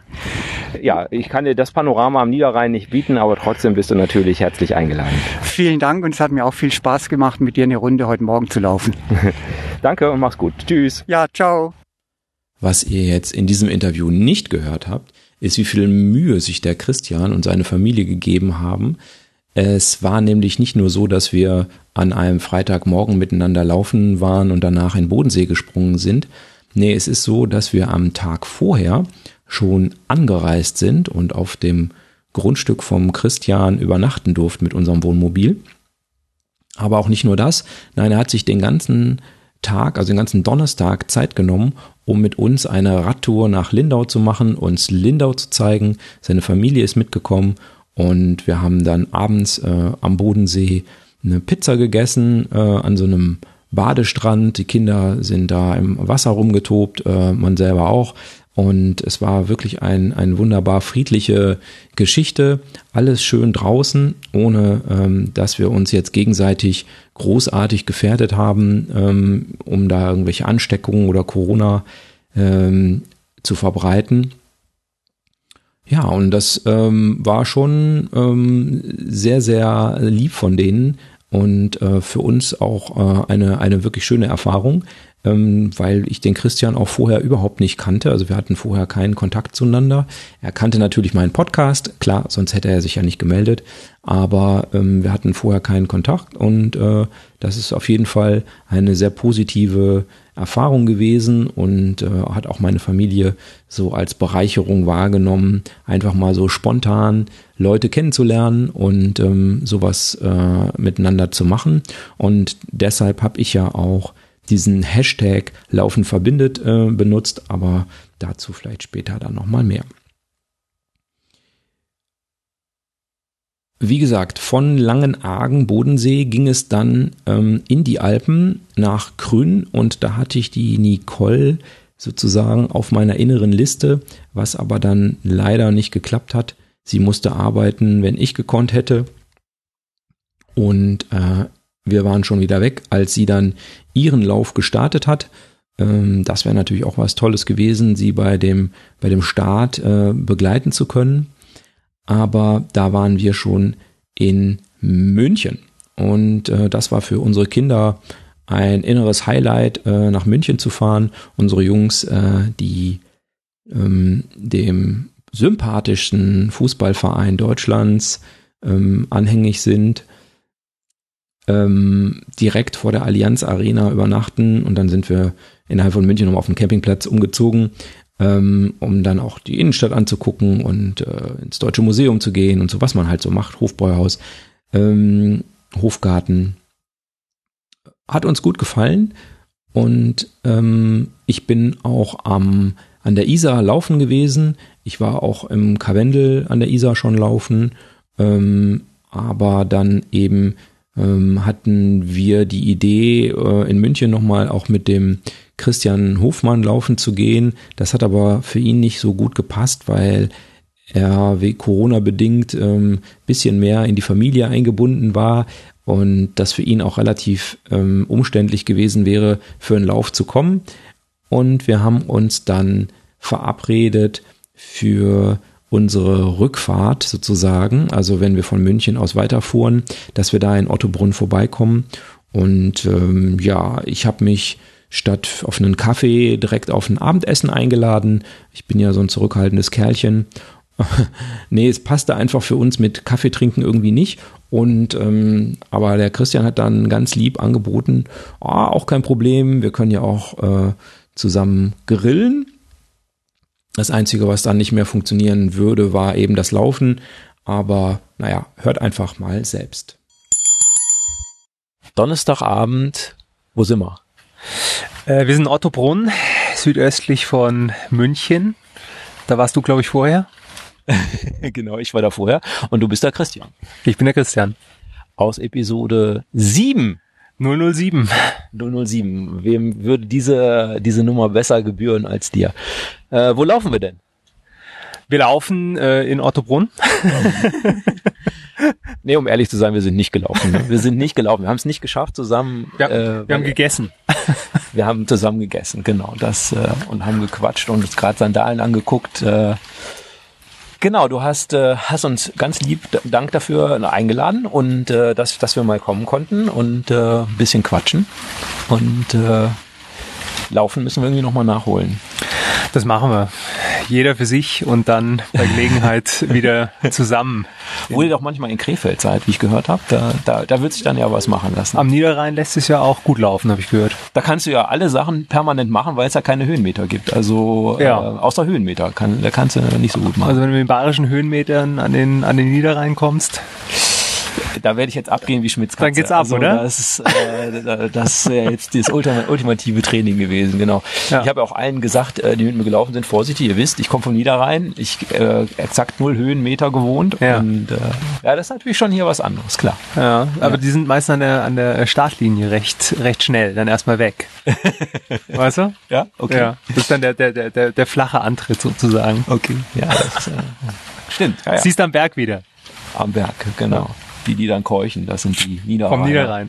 ich kann dir das Panorama am Niederrhein nicht bieten, aber trotzdem bist du natürlich herzlich eingeladen. Vielen Dank, und es hat mir auch viel Spaß gemacht, mit dir eine Runde heute Morgen zu laufen. Danke und mach's gut. Tschüss. Ja, ciao. Was ihr jetzt in diesem Interview nicht gehört habt, ist, wie viel Mühe sich der Christian und seine Familie gegeben haben. Es war nämlich nicht nur so, dass wir an einem Freitagmorgen miteinander laufen waren und danach in den Bodensee gesprungen sind. Nee, es ist so, dass wir am Tag vorher schon angereist sind und auf dem Grundstück vom Christian übernachten durften mit unserem Wohnmobil. Aber auch nicht nur das. Nein, er hat sich den ganzen Tag, also den ganzen Donnerstag Zeit genommen, um mit uns eine Radtour nach Lindau zu machen, uns Lindau zu zeigen. Seine Familie ist mitgekommen und wir haben dann abends am Bodensee eine Pizza gegessen an so einem Badestrand. Die Kinder sind da im Wasser rumgetobt, man selber auch. Und es war wirklich eine wunderbar friedliche Geschichte. Alles schön draußen, ohne dass wir uns jetzt gegenseitig großartig gefährdet haben, um da irgendwelche Ansteckungen oder Corona zu verbreiten. Ja, und das war schon sehr, sehr lieb von denen und für uns auch eine wirklich schöne Erfahrung. Weil ich den Christian auch vorher überhaupt nicht kannte. Also wir hatten vorher keinen Kontakt zueinander. Er kannte natürlich meinen Podcast, klar, sonst hätte er sich ja nicht gemeldet. Aber wir hatten vorher keinen Kontakt und das ist auf jeden Fall eine sehr positive Erfahrung gewesen und hat auch meine Familie so als Bereicherung wahrgenommen, einfach mal so spontan Leute kennenzulernen und sowas miteinander zu machen. Und deshalb habe ich ja auch diesen Hashtag Laufen verbindet benutzt, aber dazu vielleicht später dann nochmal mehr. Wie gesagt, von Langenargen, Bodensee, ging es dann in die Alpen nach Krünn und da hatte ich die Nicole sozusagen auf meiner inneren Liste, was aber dann leider nicht geklappt hat. Sie musste arbeiten, wenn ich gekonnt hätte und wir waren schon wieder weg, als sie dann ihren Lauf gestartet hat. Das wäre natürlich auch was Tolles gewesen, sie bei dem Start begleiten zu können. Aber da waren wir schon in München. Und das war für unsere Kinder ein inneres Highlight, nach München zu fahren. Unsere Jungs, die dem sympathischsten Fußballverein Deutschlands anhängig sind, direkt vor der Allianz Arena übernachten und dann sind wir innerhalb von München nochmal auf den Campingplatz umgezogen, um dann auch die Innenstadt anzugucken und ins Deutsche Museum zu gehen und so, was man halt so macht, Hofbräuhaus, Hofgarten. Hat uns gut gefallen und ich bin auch am an der Isar laufen gewesen. Ich war auch im Karwendel an der Isar schon laufen, aber dann eben hatten wir die Idee, in München nochmal auch mit dem Christian Hofmann laufen zu gehen. Das hat aber für ihn nicht so gut gepasst, weil er wie Corona bedingt bisschen mehr in die Familie eingebunden war und das für ihn auch relativ umständlich gewesen wäre, für einen Lauf zu kommen. Und wir haben uns dann verabredet für unsere Rückfahrt sozusagen, also wenn wir von München aus weiterfuhren, dass wir da in Ottobrunn vorbeikommen. Und ich habe mich statt auf einen Kaffee direkt auf ein Abendessen eingeladen. Ich bin ja so ein zurückhaltendes Kerlchen. Nee, es passte einfach für uns mit Kaffee trinken irgendwie nicht. Und aber der Christian hat dann ganz lieb angeboten, auch kein Problem, wir können ja auch zusammen grillen. Das Einzige, was dann nicht mehr funktionieren würde, war eben das Laufen. Aber naja, hört einfach mal selbst. Donnerstagabend, wo sind wir? Wir sind in Ottobrunn, südöstlich von München. Da warst du, glaube ich, vorher. Genau, ich war da vorher. Und du bist der Christian. Ich bin der Christian. Aus Episode 7. 007. Wem würde diese Nummer besser gebühren als dir? Wo laufen wir denn? Wir laufen in Ottobrunn. Nee, um ehrlich zu sein, wir sind nicht gelaufen. Ne? Wir haben es nicht geschafft zusammen. Wir haben gegessen. Wir haben zusammen gegessen, genau. Das und haben gequatscht und uns gerade Sandalen angeguckt. Genau, du hast uns ganz lieb Dank dafür eingeladen und dass wir mal kommen konnten und ein bisschen quatschen. Und laufen müssen wir irgendwie nochmal nachholen. Das machen wir. Jeder für sich und dann bei Gelegenheit wieder zusammen. Wo ihr doch manchmal in Krefeld seid, wie ich gehört habe, da wird sich dann ja was machen lassen. Am Niederrhein lässt es ja auch gut laufen, habe ich gehört. Da kannst du ja alle Sachen permanent machen, weil es ja keine Höhenmeter gibt. Also außer Höhenmeter, da kannst du nicht so gut machen. Also wenn du mit den bayerischen Höhenmetern an den Niederrhein kommst... Da werde ich jetzt abgehen wie Schmitz Katze. Dann geht's ab, also, oder? Das wäre jetzt das ultimative Training gewesen, genau. Ja. Ich habe auch allen gesagt, die mit mir gelaufen sind, vorsichtig, ihr wisst, ich komme vom Niederrhein, ich exakt 0 Höhenmeter gewohnt und das ist natürlich schon hier was anderes, klar. Ja, aber die sind meist an der Startlinie recht schnell, dann erstmal weg. Weißt du? Ja, okay. Ja, das ist dann der flache Antritt sozusagen. Okay, ja, das stimmt. Ja. Siehst am Berg wieder. Am Berg, genau. Ja. Die dann keuchen, das sind die Niederrhein. Vom Niederrhein.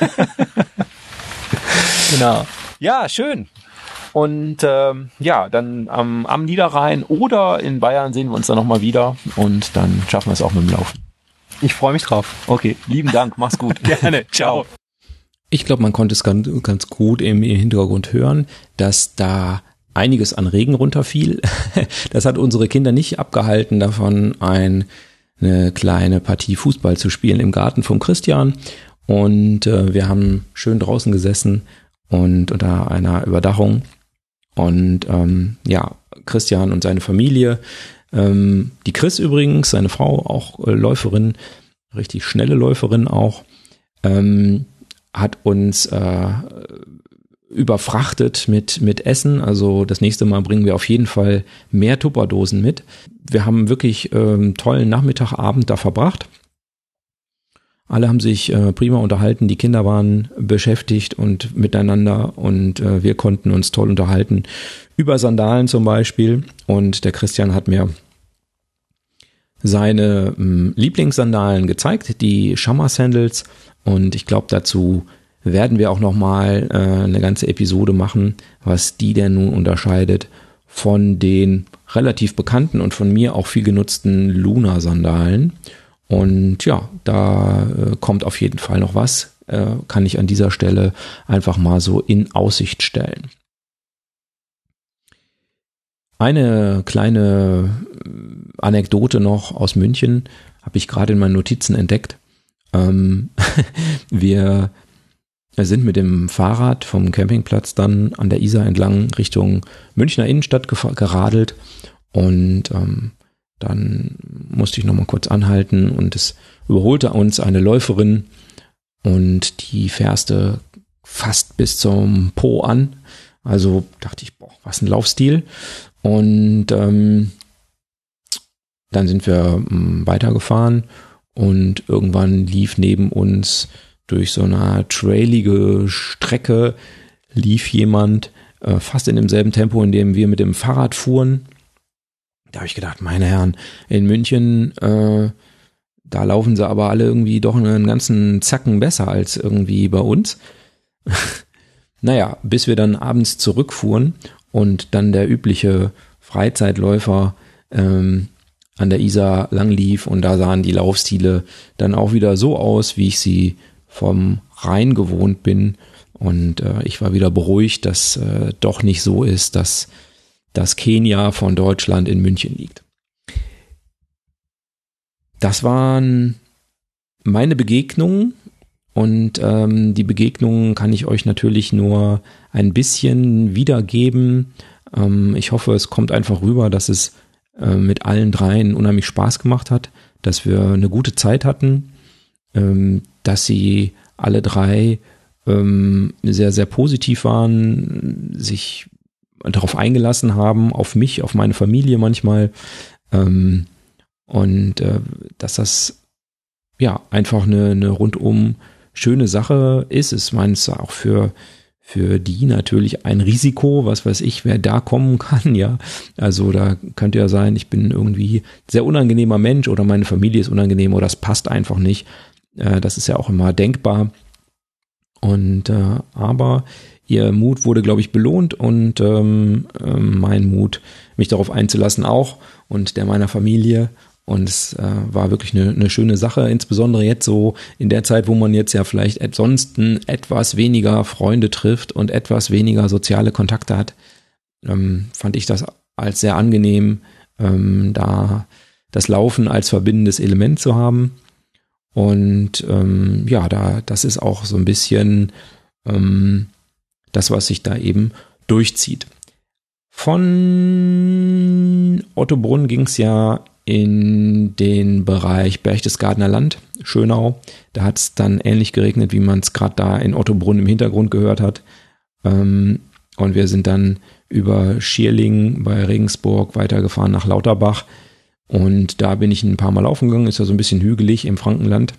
Genau. Ja, schön. Und dann am Niederrhein oder in Bayern sehen wir uns dann nochmal wieder und dann schaffen wir es auch mit dem Laufen. Ich freue mich drauf. Okay, lieben Dank, mach's gut. Gerne, ciao. Ich glaube, man konnte es ganz gut im Hintergrund hören, dass da einiges an Regen runterfiel. Das hat unsere Kinder nicht abgehalten, davon eine kleine Partie Fußball zu spielen im Garten vom Christian und wir haben schön draußen gesessen und unter einer Überdachung und Christian und seine Familie, die Chris übrigens, seine Frau, auch Läuferin, richtig schnelle Läuferin auch, hat uns überfrachtet mit Essen. Also das nächste Mal bringen wir auf jeden Fall mehr Tupperdosen mit. Wir haben wirklich tollen Nachmittagabend da verbracht. Alle haben sich prima unterhalten. Die Kinder waren beschäftigt und miteinander und wir konnten uns toll unterhalten über Sandalen zum Beispiel. Und der Christian hat mir seine Lieblingssandalen gezeigt, die Shamma Sandals. Und ich glaube, dazu werden wir auch nochmal eine ganze Episode machen, was die denn nun unterscheidet von den relativ bekannten und von mir auch viel genutzten Luna-Sandalen. Und ja, da kommt auf jeden Fall noch was, kann ich an dieser Stelle einfach mal so in Aussicht stellen. Eine kleine Anekdote noch aus München, habe ich gerade in meinen Notizen entdeckt. Wir sind mit dem Fahrrad vom Campingplatz dann an der Isar entlang Richtung Münchner Innenstadt geradelt und dann musste ich nochmal kurz anhalten und es überholte uns eine Läuferin und die Ferste fast bis zum Po an. Also dachte ich, boah, was ein Laufstil. Und dann sind wir weitergefahren und irgendwann lief neben uns durch so eine trailige Strecke lief jemand fast in demselben Tempo, in dem wir mit dem Fahrrad fuhren. Da habe ich gedacht, meine Herren, in München, da laufen sie aber alle irgendwie doch einen ganzen Zacken besser als irgendwie bei uns. Naja, bis wir dann abends zurückfuhren und dann der übliche Freizeitläufer an der Isar lang lief und da sahen die Laufstile dann auch wieder so aus, wie ich sie vom Rhein gewohnt bin. Und ich war wieder beruhigt, dass doch nicht so ist, dass das Kenia von Deutschland in München liegt. Das waren meine Begegnungen und die Begegnungen kann ich euch natürlich nur ein bisschen wiedergeben. Ich hoffe, es kommt einfach rüber, dass es mit allen dreien unheimlich Spaß gemacht hat, dass wir eine gute Zeit hatten, dass sie alle drei sehr, sehr positiv waren, sich darauf eingelassen haben, auf mich, auf meine Familie manchmal und dass das ja einfach eine rundum schöne Sache ist. Ich meine, es ist auch für die natürlich ein Risiko, was weiß ich, wer da kommen kann, ja. Also da könnte ja sein, ich bin irgendwie sehr unangenehmer Mensch oder meine Familie ist unangenehm oder das passt einfach nicht. Das ist ja auch immer denkbar. Und aber ihr Mut wurde, glaube ich, belohnt und mein Mut, mich darauf einzulassen auch und der meiner Familie. Und es war wirklich eine schöne Sache, insbesondere jetzt so in der Zeit, wo man jetzt ja vielleicht ansonsten etwas weniger Freunde trifft und etwas weniger soziale Kontakte hat, fand ich das als sehr angenehm, da das Laufen als verbindendes Element zu haben. Und ja, das ist auch so ein bisschen das, was sich da eben durchzieht. Von Ottobrunn ging es ja in den Bereich Berchtesgadener Land, Schönau. Da hat es dann ähnlich geregnet, wie man es gerade da in Ottobrunn im Hintergrund gehört hat. Und wir sind dann über Schierling bei Regensburg weitergefahren nach Lauterbach. Und da bin ich ein paar Mal laufen gegangen, ist ja so ein bisschen hügelig im Frankenland.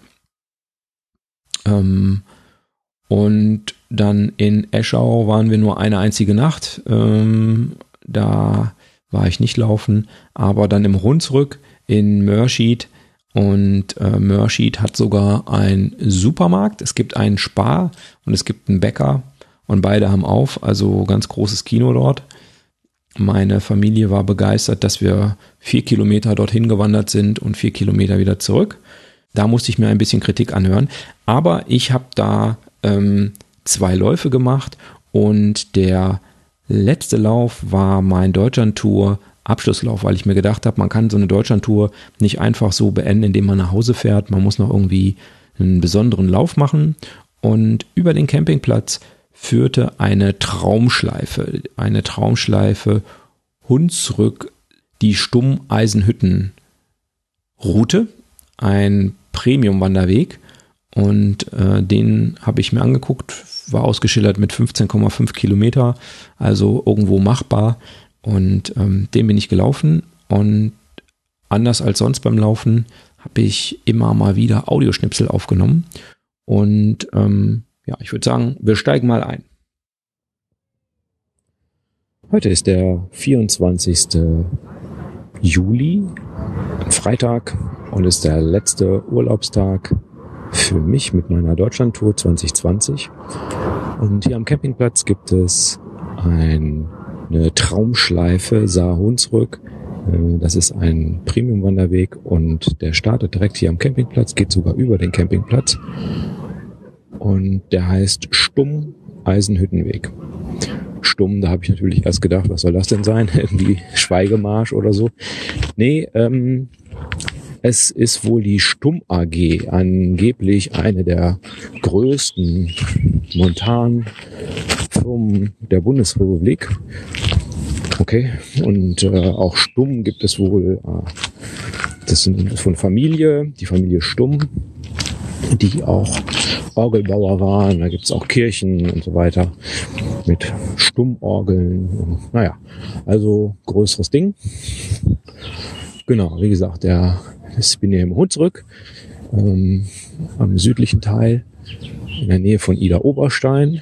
Und dann in Eschau waren wir nur eine einzige Nacht. Da war ich nicht laufen, aber dann im Hunsrück in Mörschied. Und Mörschied hat sogar einen Supermarkt. Es gibt einen Spar und es gibt einen Bäcker und beide haben auf, also ganz großes Kino dort. Meine Familie war begeistert, dass wir 4 Kilometer dorthin gewandert sind und 4 Kilometer wieder zurück. Da musste ich mir ein bisschen Kritik anhören. Aber ich habe da 2 Läufe gemacht und der letzte Lauf war mein Deutschlandtour Abschlusslauf, weil ich mir gedacht habe, man kann so eine Deutschlandtour nicht einfach so beenden, indem man nach Hause fährt. Man muss noch irgendwie einen besonderen Lauf machen. Und über den Campingplatz führte eine Traumschleife Hunsrück, die Stumm-Eisenhütten-Route, ein Premium-Wanderweg. Und den habe ich mir angeguckt, war ausgeschildert mit 15,5 Kilometer, also irgendwo machbar. Und den bin ich gelaufen. Und anders als sonst beim Laufen habe ich immer mal wieder Audioschnipsel aufgenommen. Und ja, ich würde sagen, wir steigen mal ein. Heute ist der 24. Juli, Freitag, und ist der letzte Urlaubstag für mich mit meiner Deutschlandtour 2020. Und hier am Campingplatz gibt es eine Traumschleife Saar-Hunsrück. Das ist ein Premium-Wanderweg und der startet direkt hier am Campingplatz, geht sogar über den Campingplatz. Und der heißt Stumm-Eisenhüttenweg. Stumm, da habe ich natürlich erst gedacht, was soll das denn sein? Irgendwie Schweigemarsch oder so. Nee, es ist wohl die Stumm AG, angeblich eine der größten Montanfirmen der Bundesrepublik. Okay, und auch Stumm gibt es wohl, das sind von Familie, die Familie Stumm. die auch Orgelbauer waren. Da gibt's auch Kirchen und so weiter mit Stummorgeln. Und, naja, also größeres Ding. Genau, wie gesagt, ich bin hier im Hund zurück, am südlichen Teil, in der Nähe von Idar-Oberstein.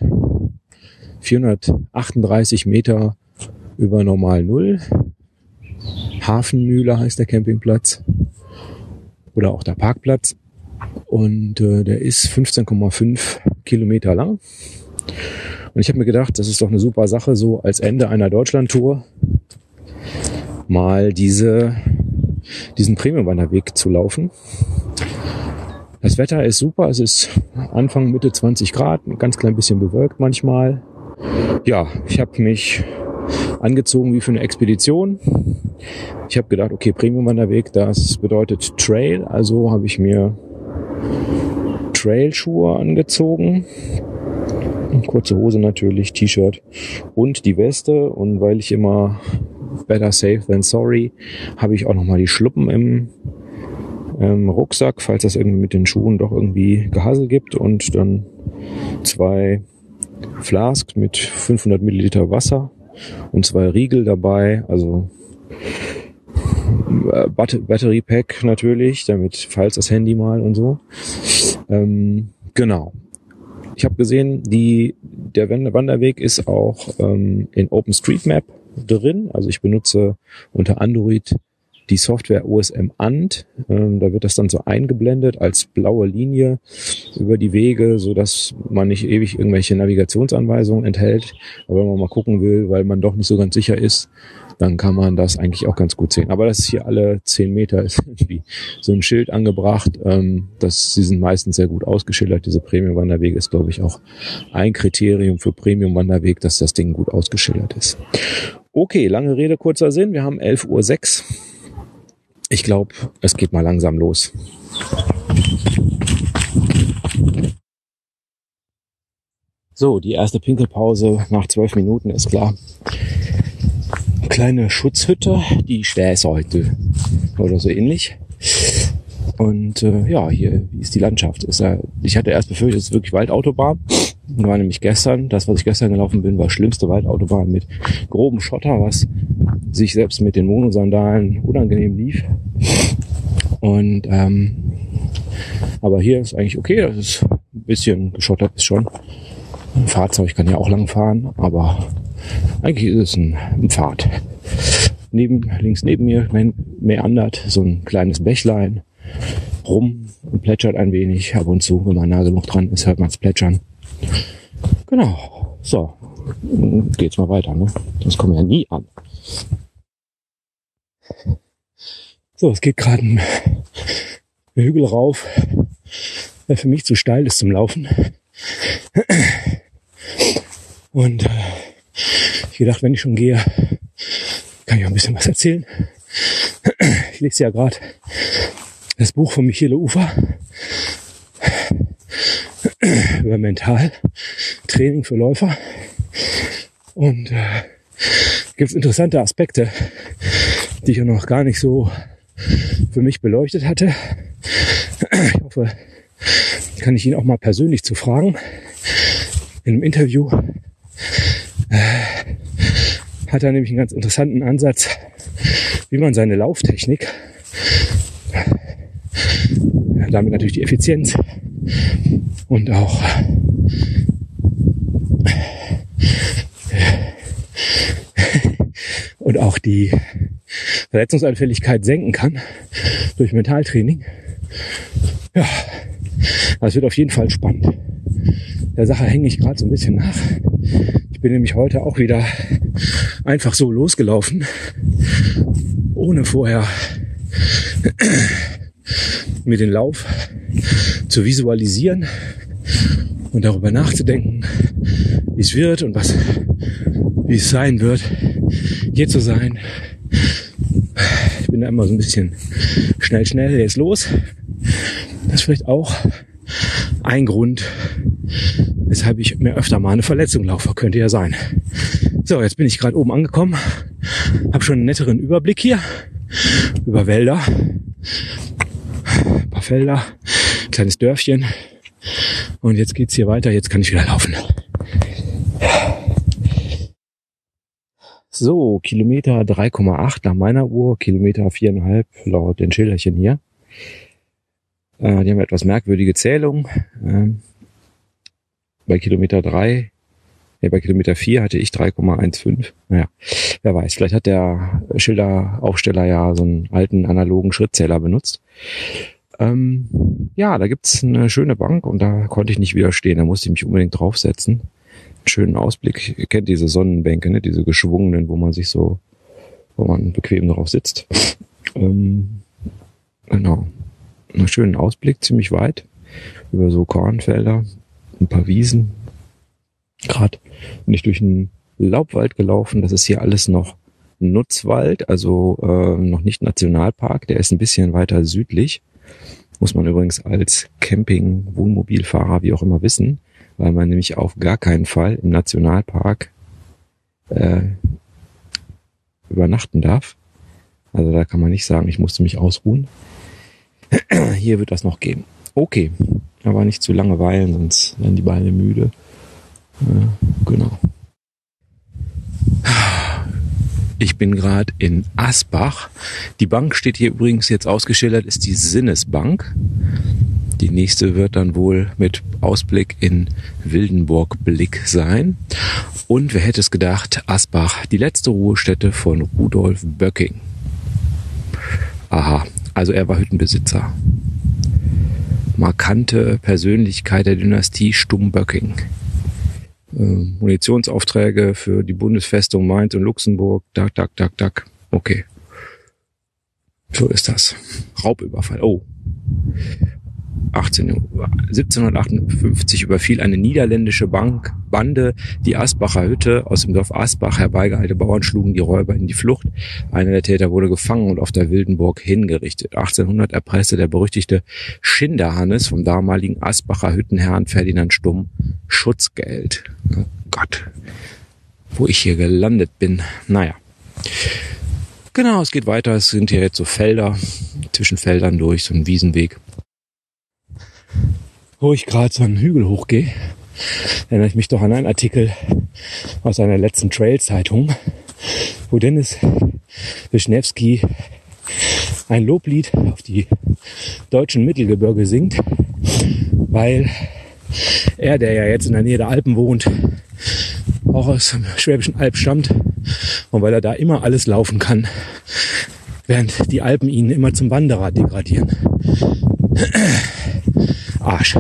438 Meter über Normal Null. Hafenmühle heißt der Campingplatz. Oder auch der Parkplatz. Und der ist 15,5 Kilometer lang. Und ich habe mir gedacht, das ist doch eine super Sache, so als Ende einer Deutschlandtour mal diesen Premium-Wanderweg zu laufen. Das Wetter ist super, es ist Anfang, Mitte 20 Grad, ein ganz klein bisschen bewölkt manchmal. Ja, ich habe mich angezogen wie für eine Expedition. Ich habe gedacht, okay, Premium-Wanderweg, das bedeutet Trail, also habe ich mir Trailschuhe angezogen. Kurze Hose natürlich, T-Shirt und die Weste. Und weil ich immer better safe than sorry, habe ich auch nochmal die Schluppen im Rucksack, falls das irgendwie mit den Schuhen doch irgendwie Gehassel gibt. Und dann 2 Flasks mit 500 Milliliter Wasser und 2 Riegel dabei. Also Battery Pack natürlich, damit falls das Handy mal und so. Genau. Ich habe gesehen, der Wanderweg ist auch in OpenStreetMap drin. Also ich benutze unter Android die Software OSM And. Da wird das dann so eingeblendet als blaue Linie über die Wege, so dass man nicht ewig irgendwelche Navigationsanweisungen enthält. Aber wenn man mal gucken will, weil man doch nicht so ganz sicher ist, dann kann man das eigentlich auch ganz gut sehen. Aber das ist hier alle 10 Meter ist irgendwie so ein Schild angebracht. Sie sind meistens sehr gut ausgeschildert. Diese Premium-Wanderwege ist, glaube ich, auch ein Kriterium für Premium-Wanderweg, dass das Ding gut ausgeschildert ist. Okay, lange Rede, kurzer Sinn. Wir haben 11:06 Uhr. Ich glaube, es geht mal langsam los. So, die erste Pinkelpause nach 12 Minuten ist klar. Kleine Schutzhütte, die Stäshütte oder so ähnlich. Und hier, wie ist die Landschaft? Ich hatte erst befürchtet, es ist wirklich Waldautobahn. War nämlich gestern, was ich gestern gelaufen bin, war schlimmste Waldautobahn mit grobem Schotter, was sich selbst mit den Monosandalen unangenehm lief. Und aber hier ist eigentlich okay, das ist ein bisschen geschottert ist schon. Ein Fahrzeug kann ja auch lang fahren, aber eigentlich ist es ein Pfad. Links neben mir meandert so ein kleines Bächlein rum und plätschert ein wenig. Ab und zu, wenn man nah genug dran ist, hört man es plätschern. Genau, so, geht's mal weiter, ne? Das kommt ja nie an. So, es geht gerade einen Hügel rauf, der für mich zu steil ist zum Laufen. Und ich gedacht, wenn ich schon gehe, kann ich auch ein bisschen was erzählen. Ich lese ja gerade das Buch von Michele Ufer über Mentaltraining für Läufer. Und gibt es interessante Aspekte, die ich auch noch gar nicht so für mich beleuchtet hatte. Ich hoffe, kann ich ihn auch mal persönlich zu fragen. In einem Interview hat er nämlich einen ganz interessanten Ansatz, wie man seine Lauftechnik, damit natürlich die Effizienz und auch die Verletzungsanfälligkeit senken kann durch Mentaltraining. Ja, das wird auf jeden Fall spannend. Der Sache hänge ich gerade so ein bisschen nach. Ich bin nämlich heute auch wieder einfach so losgelaufen, ohne vorher mir den Lauf zu visualisieren und darüber nachzudenken, wie es wird und wie es sein wird, hier zu sein. Ich bin da immer so ein bisschen schnell, jetzt los. Das ist vielleicht auch ein Grund, weshalb ich mir öfter mal eine Verletzung laufe. Könnte ja sein. So, jetzt bin ich gerade oben angekommen. Habe schon einen netteren Überblick hier über Wälder. Ein paar Felder Kleines Dörfchen. Und jetzt geht's hier weiter. Jetzt kann ich wieder laufen. So, Kilometer 3,8 nach meiner Uhr, Kilometer 4,5 laut den Schilderchen hier. Die haben etwas merkwürdige Zählung. Bei Kilometer 4 hatte ich 3,15. Naja, wer weiß, vielleicht hat der Schilderaufsteller ja so einen alten analogen Schrittzähler benutzt. Ja, da gibt's eine schöne Bank und da konnte ich nicht widerstehen. Da musste ich mich unbedingt draufsetzen. Einen schönen Ausblick. Ihr kennt diese Sonnenbänke, ne? Diese geschwungenen, wo man bequem drauf sitzt. Genau. Einen schönen Ausblick, ziemlich weit. Über so Kornfelder, ein paar Wiesen. Gerade bin ich durch einen Laubwald gelaufen. Das ist hier alles noch Nutzwald, also noch nicht Nationalpark. Der ist ein bisschen weiter südlich. Muss man übrigens als Camping, Wohnmobilfahrer, wie auch immer wissen, weil man nämlich auf gar keinen Fall im Nationalpark übernachten darf. Also da kann man nicht sagen, ich musste mich ausruhen. Hier wird das noch gehen. Okay, aber nicht zu lange weilen, sonst werden die Beine müde. Genau. Ich bin gerade in Asbach. Die Bank steht hier übrigens jetzt ausgeschildert, ist die Sinnesbank. Die nächste wird dann wohl mit Ausblick in Wildenburg-Blick sein. Und wer hätte es gedacht, Asbach, die letzte Ruhestätte von Rudolf Böcking. Aha, also er war Hüttenbesitzer. Markante Persönlichkeit der Dynastie Stumm-Böcking. Munitionsaufträge für die Bundesfestung Mainz und Luxemburg. Okay. So ist das. Raubüberfall. Oh. 1758 überfiel eine niederländische Bande die Asbacher Hütte. Aus dem Dorf Asbach herbeigeeilte Bauern schlugen die Räuber in die Flucht. Einer der Täter wurde gefangen und auf der Wildenburg hingerichtet. 1800 erpresste der berüchtigte Schinderhannes vom damaligen Asbacher Hüttenherrn Ferdinand Stumm Schutzgeld. Oh Gott, wo ich hier gelandet bin. Naja. Genau, es geht weiter. Es sind hier jetzt so Felder, zwischen Feldern durch, so ein Wiesenweg. Wo ich gerade so einen Hügel hochgehe, erinnere ich mich doch an einen Artikel aus einer letzten Trail-Zeitung, wo Dennis Wischnewski ein Loblied auf die deutschen Mittelgebirge singt, weil er, der ja jetzt in der Nähe der Alpen wohnt, auch aus dem Schwäbischen Alb stammt und weil er da immer alles laufen kann, während die Alpen ihn immer zum Wanderer degradieren. Arsch.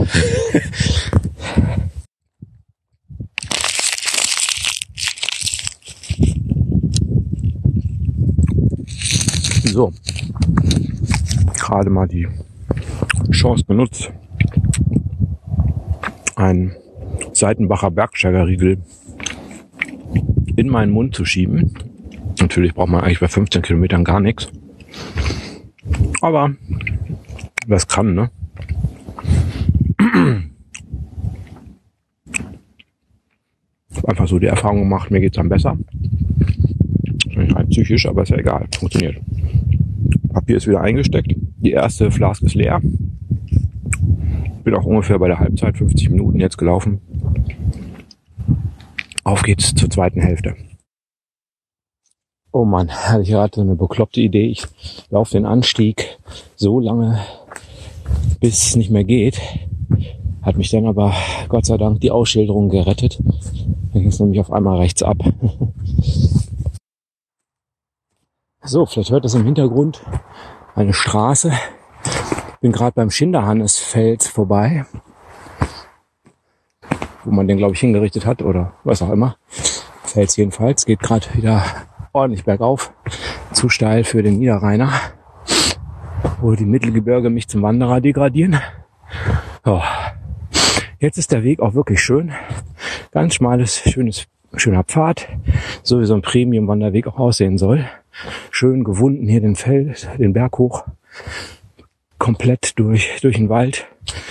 So. Gerade mal die Chance benutzt, einen Seitenbacher Bergsteigerriegel in meinen Mund zu schieben. Natürlich braucht man eigentlich bei 15 Kilometern gar nichts. Aber das kann, ne? Ich habe einfach so die Erfahrung gemacht, mir geht's dann besser. Nicht rein psychisch, aber ist ja egal, funktioniert. Papier ist wieder eingesteckt. Die erste Flaske ist leer. Bin auch ungefähr bei der Halbzeit, 50 Minuten jetzt gelaufen. Auf geht's zur zweiten Hälfte. Oh Mann, hatte ich gerade so eine bekloppte Idee. Ich laufe den Anstieg so lange, bis es nicht mehr geht. Hat mich dann aber Gott sei Dank die Ausschilderung gerettet. Dann ging es nämlich auf einmal rechts ab. So, vielleicht hört das im Hintergrund eine Straße. Bin gerade beim Schinderhannesfels vorbei, wo man den, glaube ich, hingerichtet hat oder was auch immer. Fels jedenfalls. Geht gerade wieder ordentlich bergauf. Zu steil für den Niederrheiner, wo die Mittelgebirge mich zum Wanderer degradieren. Oh. Jetzt ist der Weg auch wirklich schön. Ganz schmales, schöner Pfad. So wie so ein Premium-Wanderweg auch aussehen soll. Schön gewunden hier den Berg hoch. Komplett durch den Wald.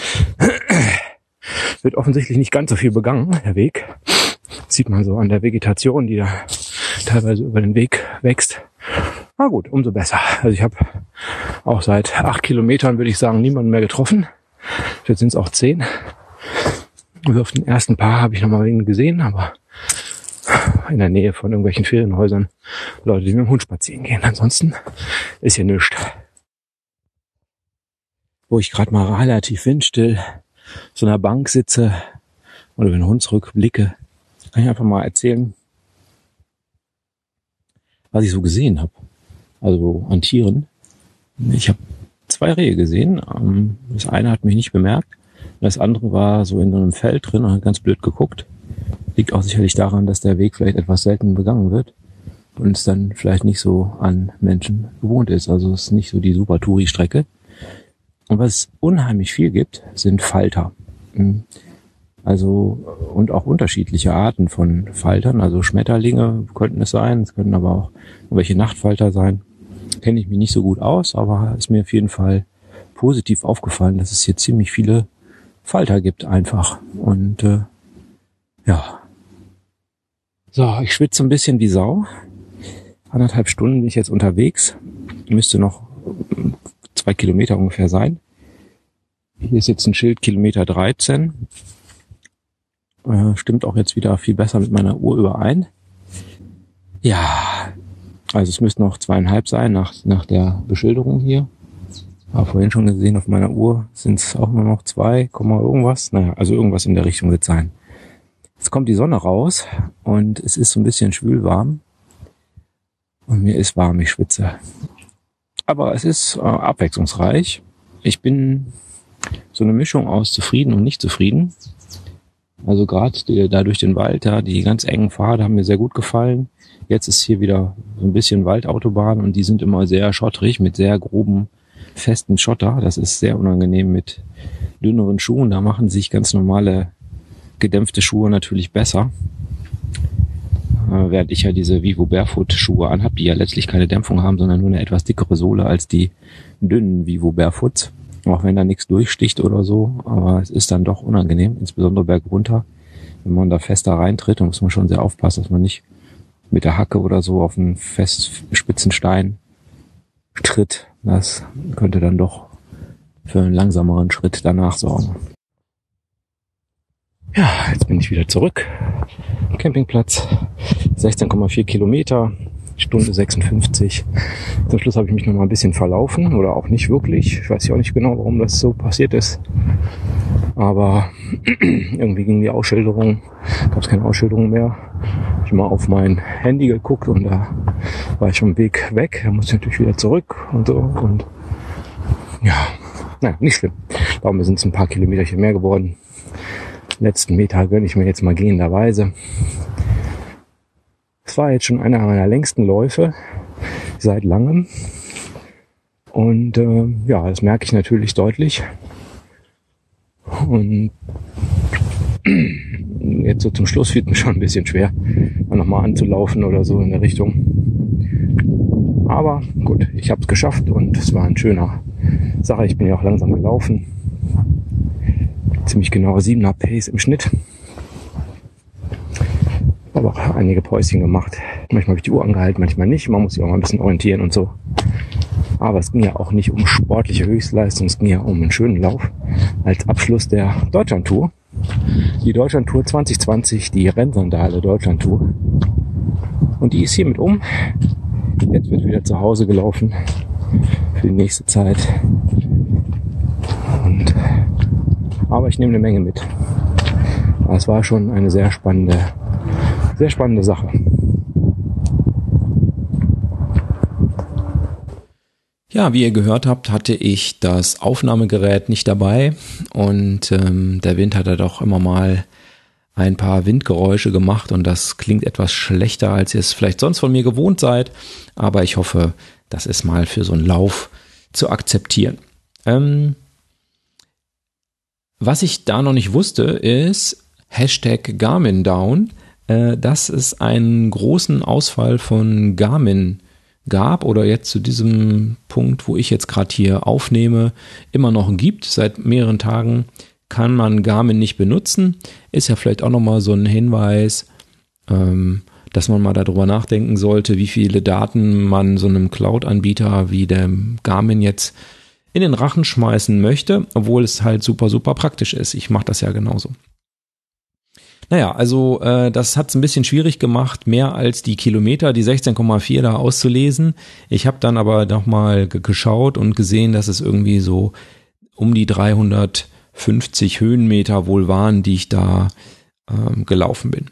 Wird offensichtlich nicht ganz so viel begangen, der Weg. Das sieht man so an der Vegetation, die da teilweise über den Weg wächst. Na gut, umso besser. Also ich habe auch seit 8 Kilometern, würde ich sagen, niemanden mehr getroffen. Jetzt sind es auch 10. Und auf den ersten paar habe ich noch mal wen gesehen, aber in der Nähe von irgendwelchen Ferienhäusern Leute, die mit dem Hund spazieren gehen. Ansonsten ist hier nichts. Wo ich gerade mal relativ windstill so einer Bank sitze und über den Hund zurückblicke, kann ich einfach mal erzählen, was ich so gesehen habe. Also an Tieren. Ich habe 2 Rehe gesehen. Das eine hat mich nicht bemerkt. Das andere war so in so einem Feld drin und hat ganz blöd geguckt. Liegt auch sicherlich daran, dass der Weg vielleicht etwas selten begangen wird und es dann vielleicht nicht so an Menschen gewohnt ist. Also es ist nicht so die super Touri-Strecke. Und was es unheimlich viel gibt, sind Falter. Also und auch unterschiedliche Arten von Faltern. Also Schmetterlinge könnten es sein, es könnten aber auch irgendwelche Nachtfalter sein. Kenne ich mich nicht so gut aus, aber ist mir auf jeden Fall positiv aufgefallen, dass es hier ziemlich viele Falter gibt einfach. Und ja. So, ich schwitze ein bisschen wie Sau. 1,5 Stunden bin ich jetzt unterwegs. Müsste noch 2 Kilometer ungefähr sein. Hier ist jetzt ein Schild Kilometer 13. Stimmt auch jetzt wieder viel besser mit meiner Uhr überein. Ja, also es müssten noch 2,5 sein nach der Beschilderung hier. Aber vorhin schon gesehen, auf meiner Uhr sind es auch nur noch 2, irgendwas. Naja, also irgendwas in der Richtung wird sein. Jetzt kommt die Sonne raus und es ist so ein bisschen schwülwarm. Und mir ist warm, ich schwitze. Aber es ist abwechslungsreich. Ich bin so eine Mischung aus zufrieden und nicht zufrieden. Also gerade da durch den Wald, ja, die ganz engen Pfade haben mir sehr gut gefallen. Jetzt ist hier wieder so ein bisschen Waldautobahn und die sind immer sehr schottrig mit sehr groben, festen Schotter. Das ist sehr unangenehm mit dünneren Schuhen. Da machen sich ganz normale gedämpfte Schuhe natürlich besser. Während ich ja diese Vivo Barefoot Schuhe anhab, die ja letztlich keine Dämpfung haben, sondern nur eine etwas dickere Sohle als die dünnen Vivo Barefoots. Auch wenn da nichts durchsticht oder so, aber es ist dann doch unangenehm, insbesondere bergunter. Wenn man da fester reintritt, dann muss man schon sehr aufpassen, dass man nicht mit der Hacke oder so auf einen spitzen Stein tritt. Das könnte dann doch für einen langsameren Schritt danach sorgen. Ja, jetzt bin ich wieder zurück. Campingplatz, 16,4 Kilometer, Stunde 56. Zum Schluss habe ich mich noch mal ein bisschen verlaufen oder auch nicht wirklich. Ich weiß ja auch nicht genau, warum das so passiert ist. Aber irgendwie ging die Ausschilderung, gab es keine Ausschilderung mehr. Ich habe mal auf mein Handy geguckt und da war ich schon Weg weg. Da musste ich natürlich wieder zurück und so. Und ja, naja, nicht schlimm. Darum sind es ein paar Kilometerchen mehr geworden. Letzten Meter gönne ich mir jetzt mal gehenderweise. Es war jetzt schon einer meiner längsten Läufe seit langem. Und ja, das merke ich natürlich deutlich. Und jetzt so zum Schluss wird mir schon ein bisschen schwer, nochmal anzulaufen oder so in der Richtung. Aber gut, ich habe es geschafft und es war eine schöne Sache. Ich bin ja auch langsam gelaufen. Ziemlich genau 7er Pace im Schnitt. Aber auch einige Päuschen gemacht. Manchmal habe ich die Uhr angehalten, manchmal nicht. Man muss sich auch mal ein bisschen orientieren und so. Aber es ging ja auch nicht um sportliche Höchstleistung, es ging ja um einen schönen Lauf als Abschluss der Deutschlandtour. Die Deutschlandtour 2020, die Rennsandale Deutschlandtour. Und die ist hiermit um. Jetzt wird wieder zu Hause gelaufen für die nächste Zeit. Aber ich nehme eine Menge mit. Aber es war schon eine sehr spannende Sache. Ja, wie ihr gehört habt, hatte ich das Aufnahmegerät nicht dabei und der Wind hat da doch immer mal ein paar Windgeräusche gemacht und das klingt etwas schlechter, als ihr es vielleicht sonst von mir gewohnt seid, aber ich hoffe, das ist mal für so einen Lauf zu akzeptieren. Was ich da noch nicht wusste, ist #Garmin Down, dass es einen großen Ausfall von Garmin gab oder jetzt zu diesem Punkt, wo ich jetzt gerade hier aufnehme, immer noch gibt. Seit mehreren Tagen kann man Garmin nicht benutzen. Ist ja vielleicht auch nochmal so ein Hinweis, dass man mal darüber nachdenken sollte, wie viele Daten man so einem Cloud-Anbieter wie dem Garmin jetzt in den Rachen schmeißen möchte, obwohl es halt super, super praktisch ist. Ich mache das ja genauso. Naja, also das hat es ein bisschen schwierig gemacht, mehr als die Kilometer, die 16,4 da auszulesen. Ich habe dann aber nochmal geschaut und gesehen, dass es irgendwie so um die 350 Höhenmeter wohl waren, die ich da gelaufen bin.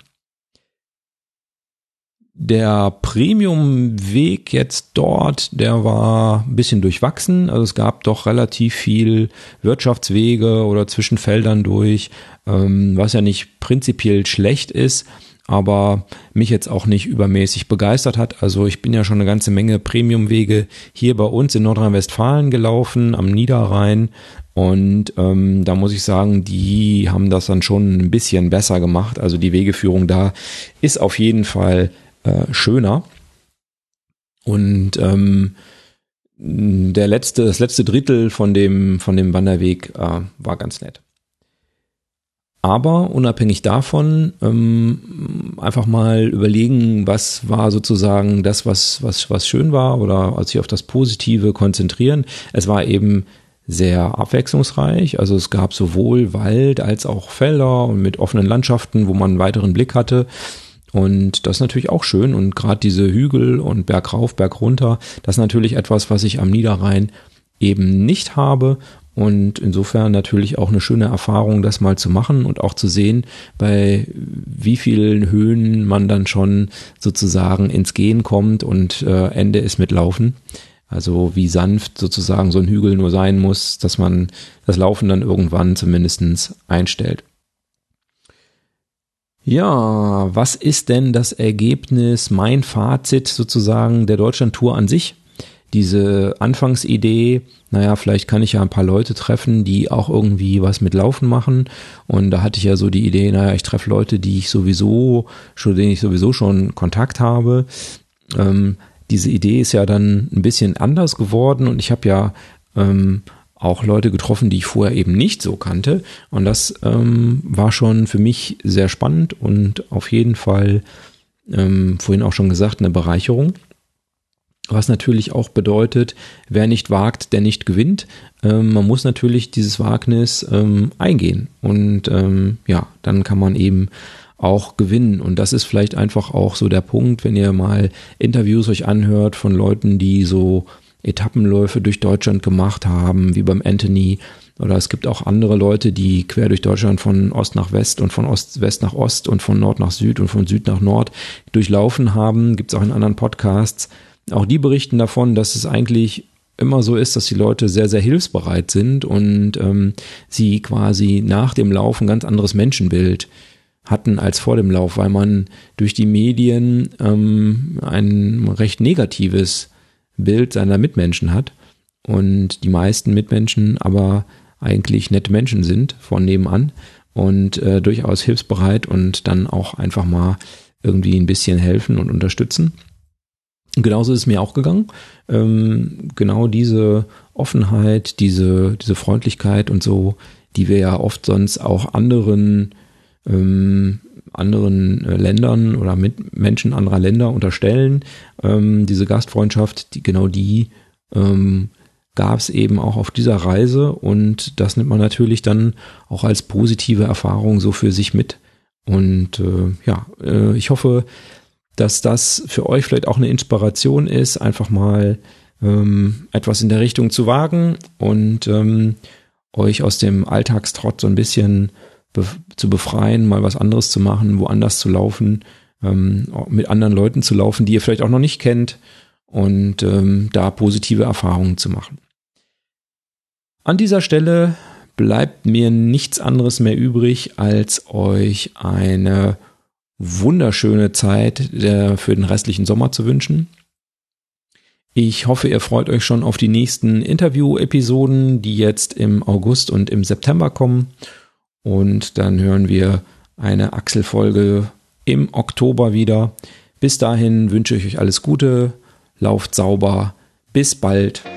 Der Premium-Weg jetzt dort, der war ein bisschen durchwachsen. Also es gab doch relativ viel Wirtschaftswege oder zwischen Feldern durch, was ja nicht prinzipiell schlecht ist, aber mich jetzt auch nicht übermäßig begeistert hat. Also ich bin ja schon eine ganze Menge Premium-Wege hier bei uns in Nordrhein-Westfalen gelaufen, am Niederrhein. Und da muss ich sagen, die haben das dann schon ein bisschen besser gemacht. Also die Wegeführung da ist auf jeden Fall schöner. Und das letzte Drittel von dem Wanderweg war ganz nett. Aber unabhängig davon einfach mal überlegen, was war sozusagen das, was schön war, oder sich auf das Positive konzentrieren. Es war eben sehr abwechslungsreich, also es gab sowohl Wald als auch Felder und mit offenen Landschaften, wo man einen weiteren Blick hatte. Und das ist natürlich auch schön, und gerade diese Hügel und bergauf, bergunter, das ist natürlich etwas, was ich am Niederrhein eben nicht habe, und insofern natürlich auch eine schöne Erfahrung, das mal zu machen und auch zu sehen, bei wie vielen Höhen man dann schon sozusagen ins Gehen kommt und Ende ist mit Laufen. Also wie sanft sozusagen so ein Hügel nur sein muss, dass man das Laufen dann irgendwann zumindest einstellt. Ja, was ist denn das Ergebnis, mein Fazit sozusagen der Deutschlandtour an sich? Diese Anfangsidee, naja, vielleicht kann ich ja ein paar Leute treffen, die auch irgendwie was mit Laufen machen. Und da hatte ich ja so die Idee, naja, ich treffe Leute, denen ich sowieso schon Kontakt habe. Diese Idee ist ja dann ein bisschen anders geworden, und ich habe ja auch Leute getroffen, die ich vorher eben nicht so kannte, und das war schon für mich sehr spannend und auf jeden Fall, vorhin auch schon gesagt, eine Bereicherung. Was natürlich auch bedeutet, wer nicht wagt, der nicht gewinnt. Man muss natürlich dieses Wagnis eingehen, und dann kann man eben auch gewinnen. Und das ist vielleicht einfach auch so der Punkt, wenn ihr mal Interviews euch anhört von Leuten, die so Etappenläufe durch Deutschland gemacht haben, wie beim Anthony, oder es gibt auch andere Leute, die quer durch Deutschland von Ost nach West und von West nach Ost und von Nord nach Süd und von Süd nach Nord durchlaufen haben. Gibt es auch in anderen Podcasts. Auch die berichten davon, dass es eigentlich immer so ist, dass die Leute sehr, sehr hilfsbereit sind und sie quasi nach dem Lauf ein ganz anderes Menschenbild hatten als vor dem Lauf, weil man durch die Medien ein recht negatives Bild seiner Mitmenschen hat und die meisten Mitmenschen aber eigentlich nette Menschen sind von nebenan und durchaus hilfsbereit und dann auch einfach mal irgendwie ein bisschen helfen und unterstützen. Und genauso ist es mir auch gegangen. Genau diese Offenheit, diese Freundlichkeit und so, die wir ja oft sonst auch anderen Ländern oder mit Menschen anderer Länder unterstellen. Diese Gastfreundschaft, die gab es eben auch auf dieser Reise, und das nimmt man natürlich dann auch als positive Erfahrung so für sich mit. Und ich hoffe, dass das für euch vielleicht auch eine Inspiration ist, einfach mal etwas in der Richtung zu wagen und euch aus dem Alltagstrott so ein bisschen zu befreien, mal was anderes zu machen, woanders zu laufen, mit anderen Leuten zu laufen, die ihr vielleicht auch noch nicht kennt, und da positive Erfahrungen zu machen. An dieser Stelle bleibt mir nichts anderes mehr übrig, als euch eine wunderschöne Zeit für den restlichen Sommer zu wünschen. Ich hoffe, ihr freut euch schon auf die nächsten Interview-Episoden, die jetzt im August und im September kommen. Und dann hören wir eine Axel-Folge im Oktober wieder. Bis dahin wünsche ich euch alles Gute, lauft sauber, bis bald.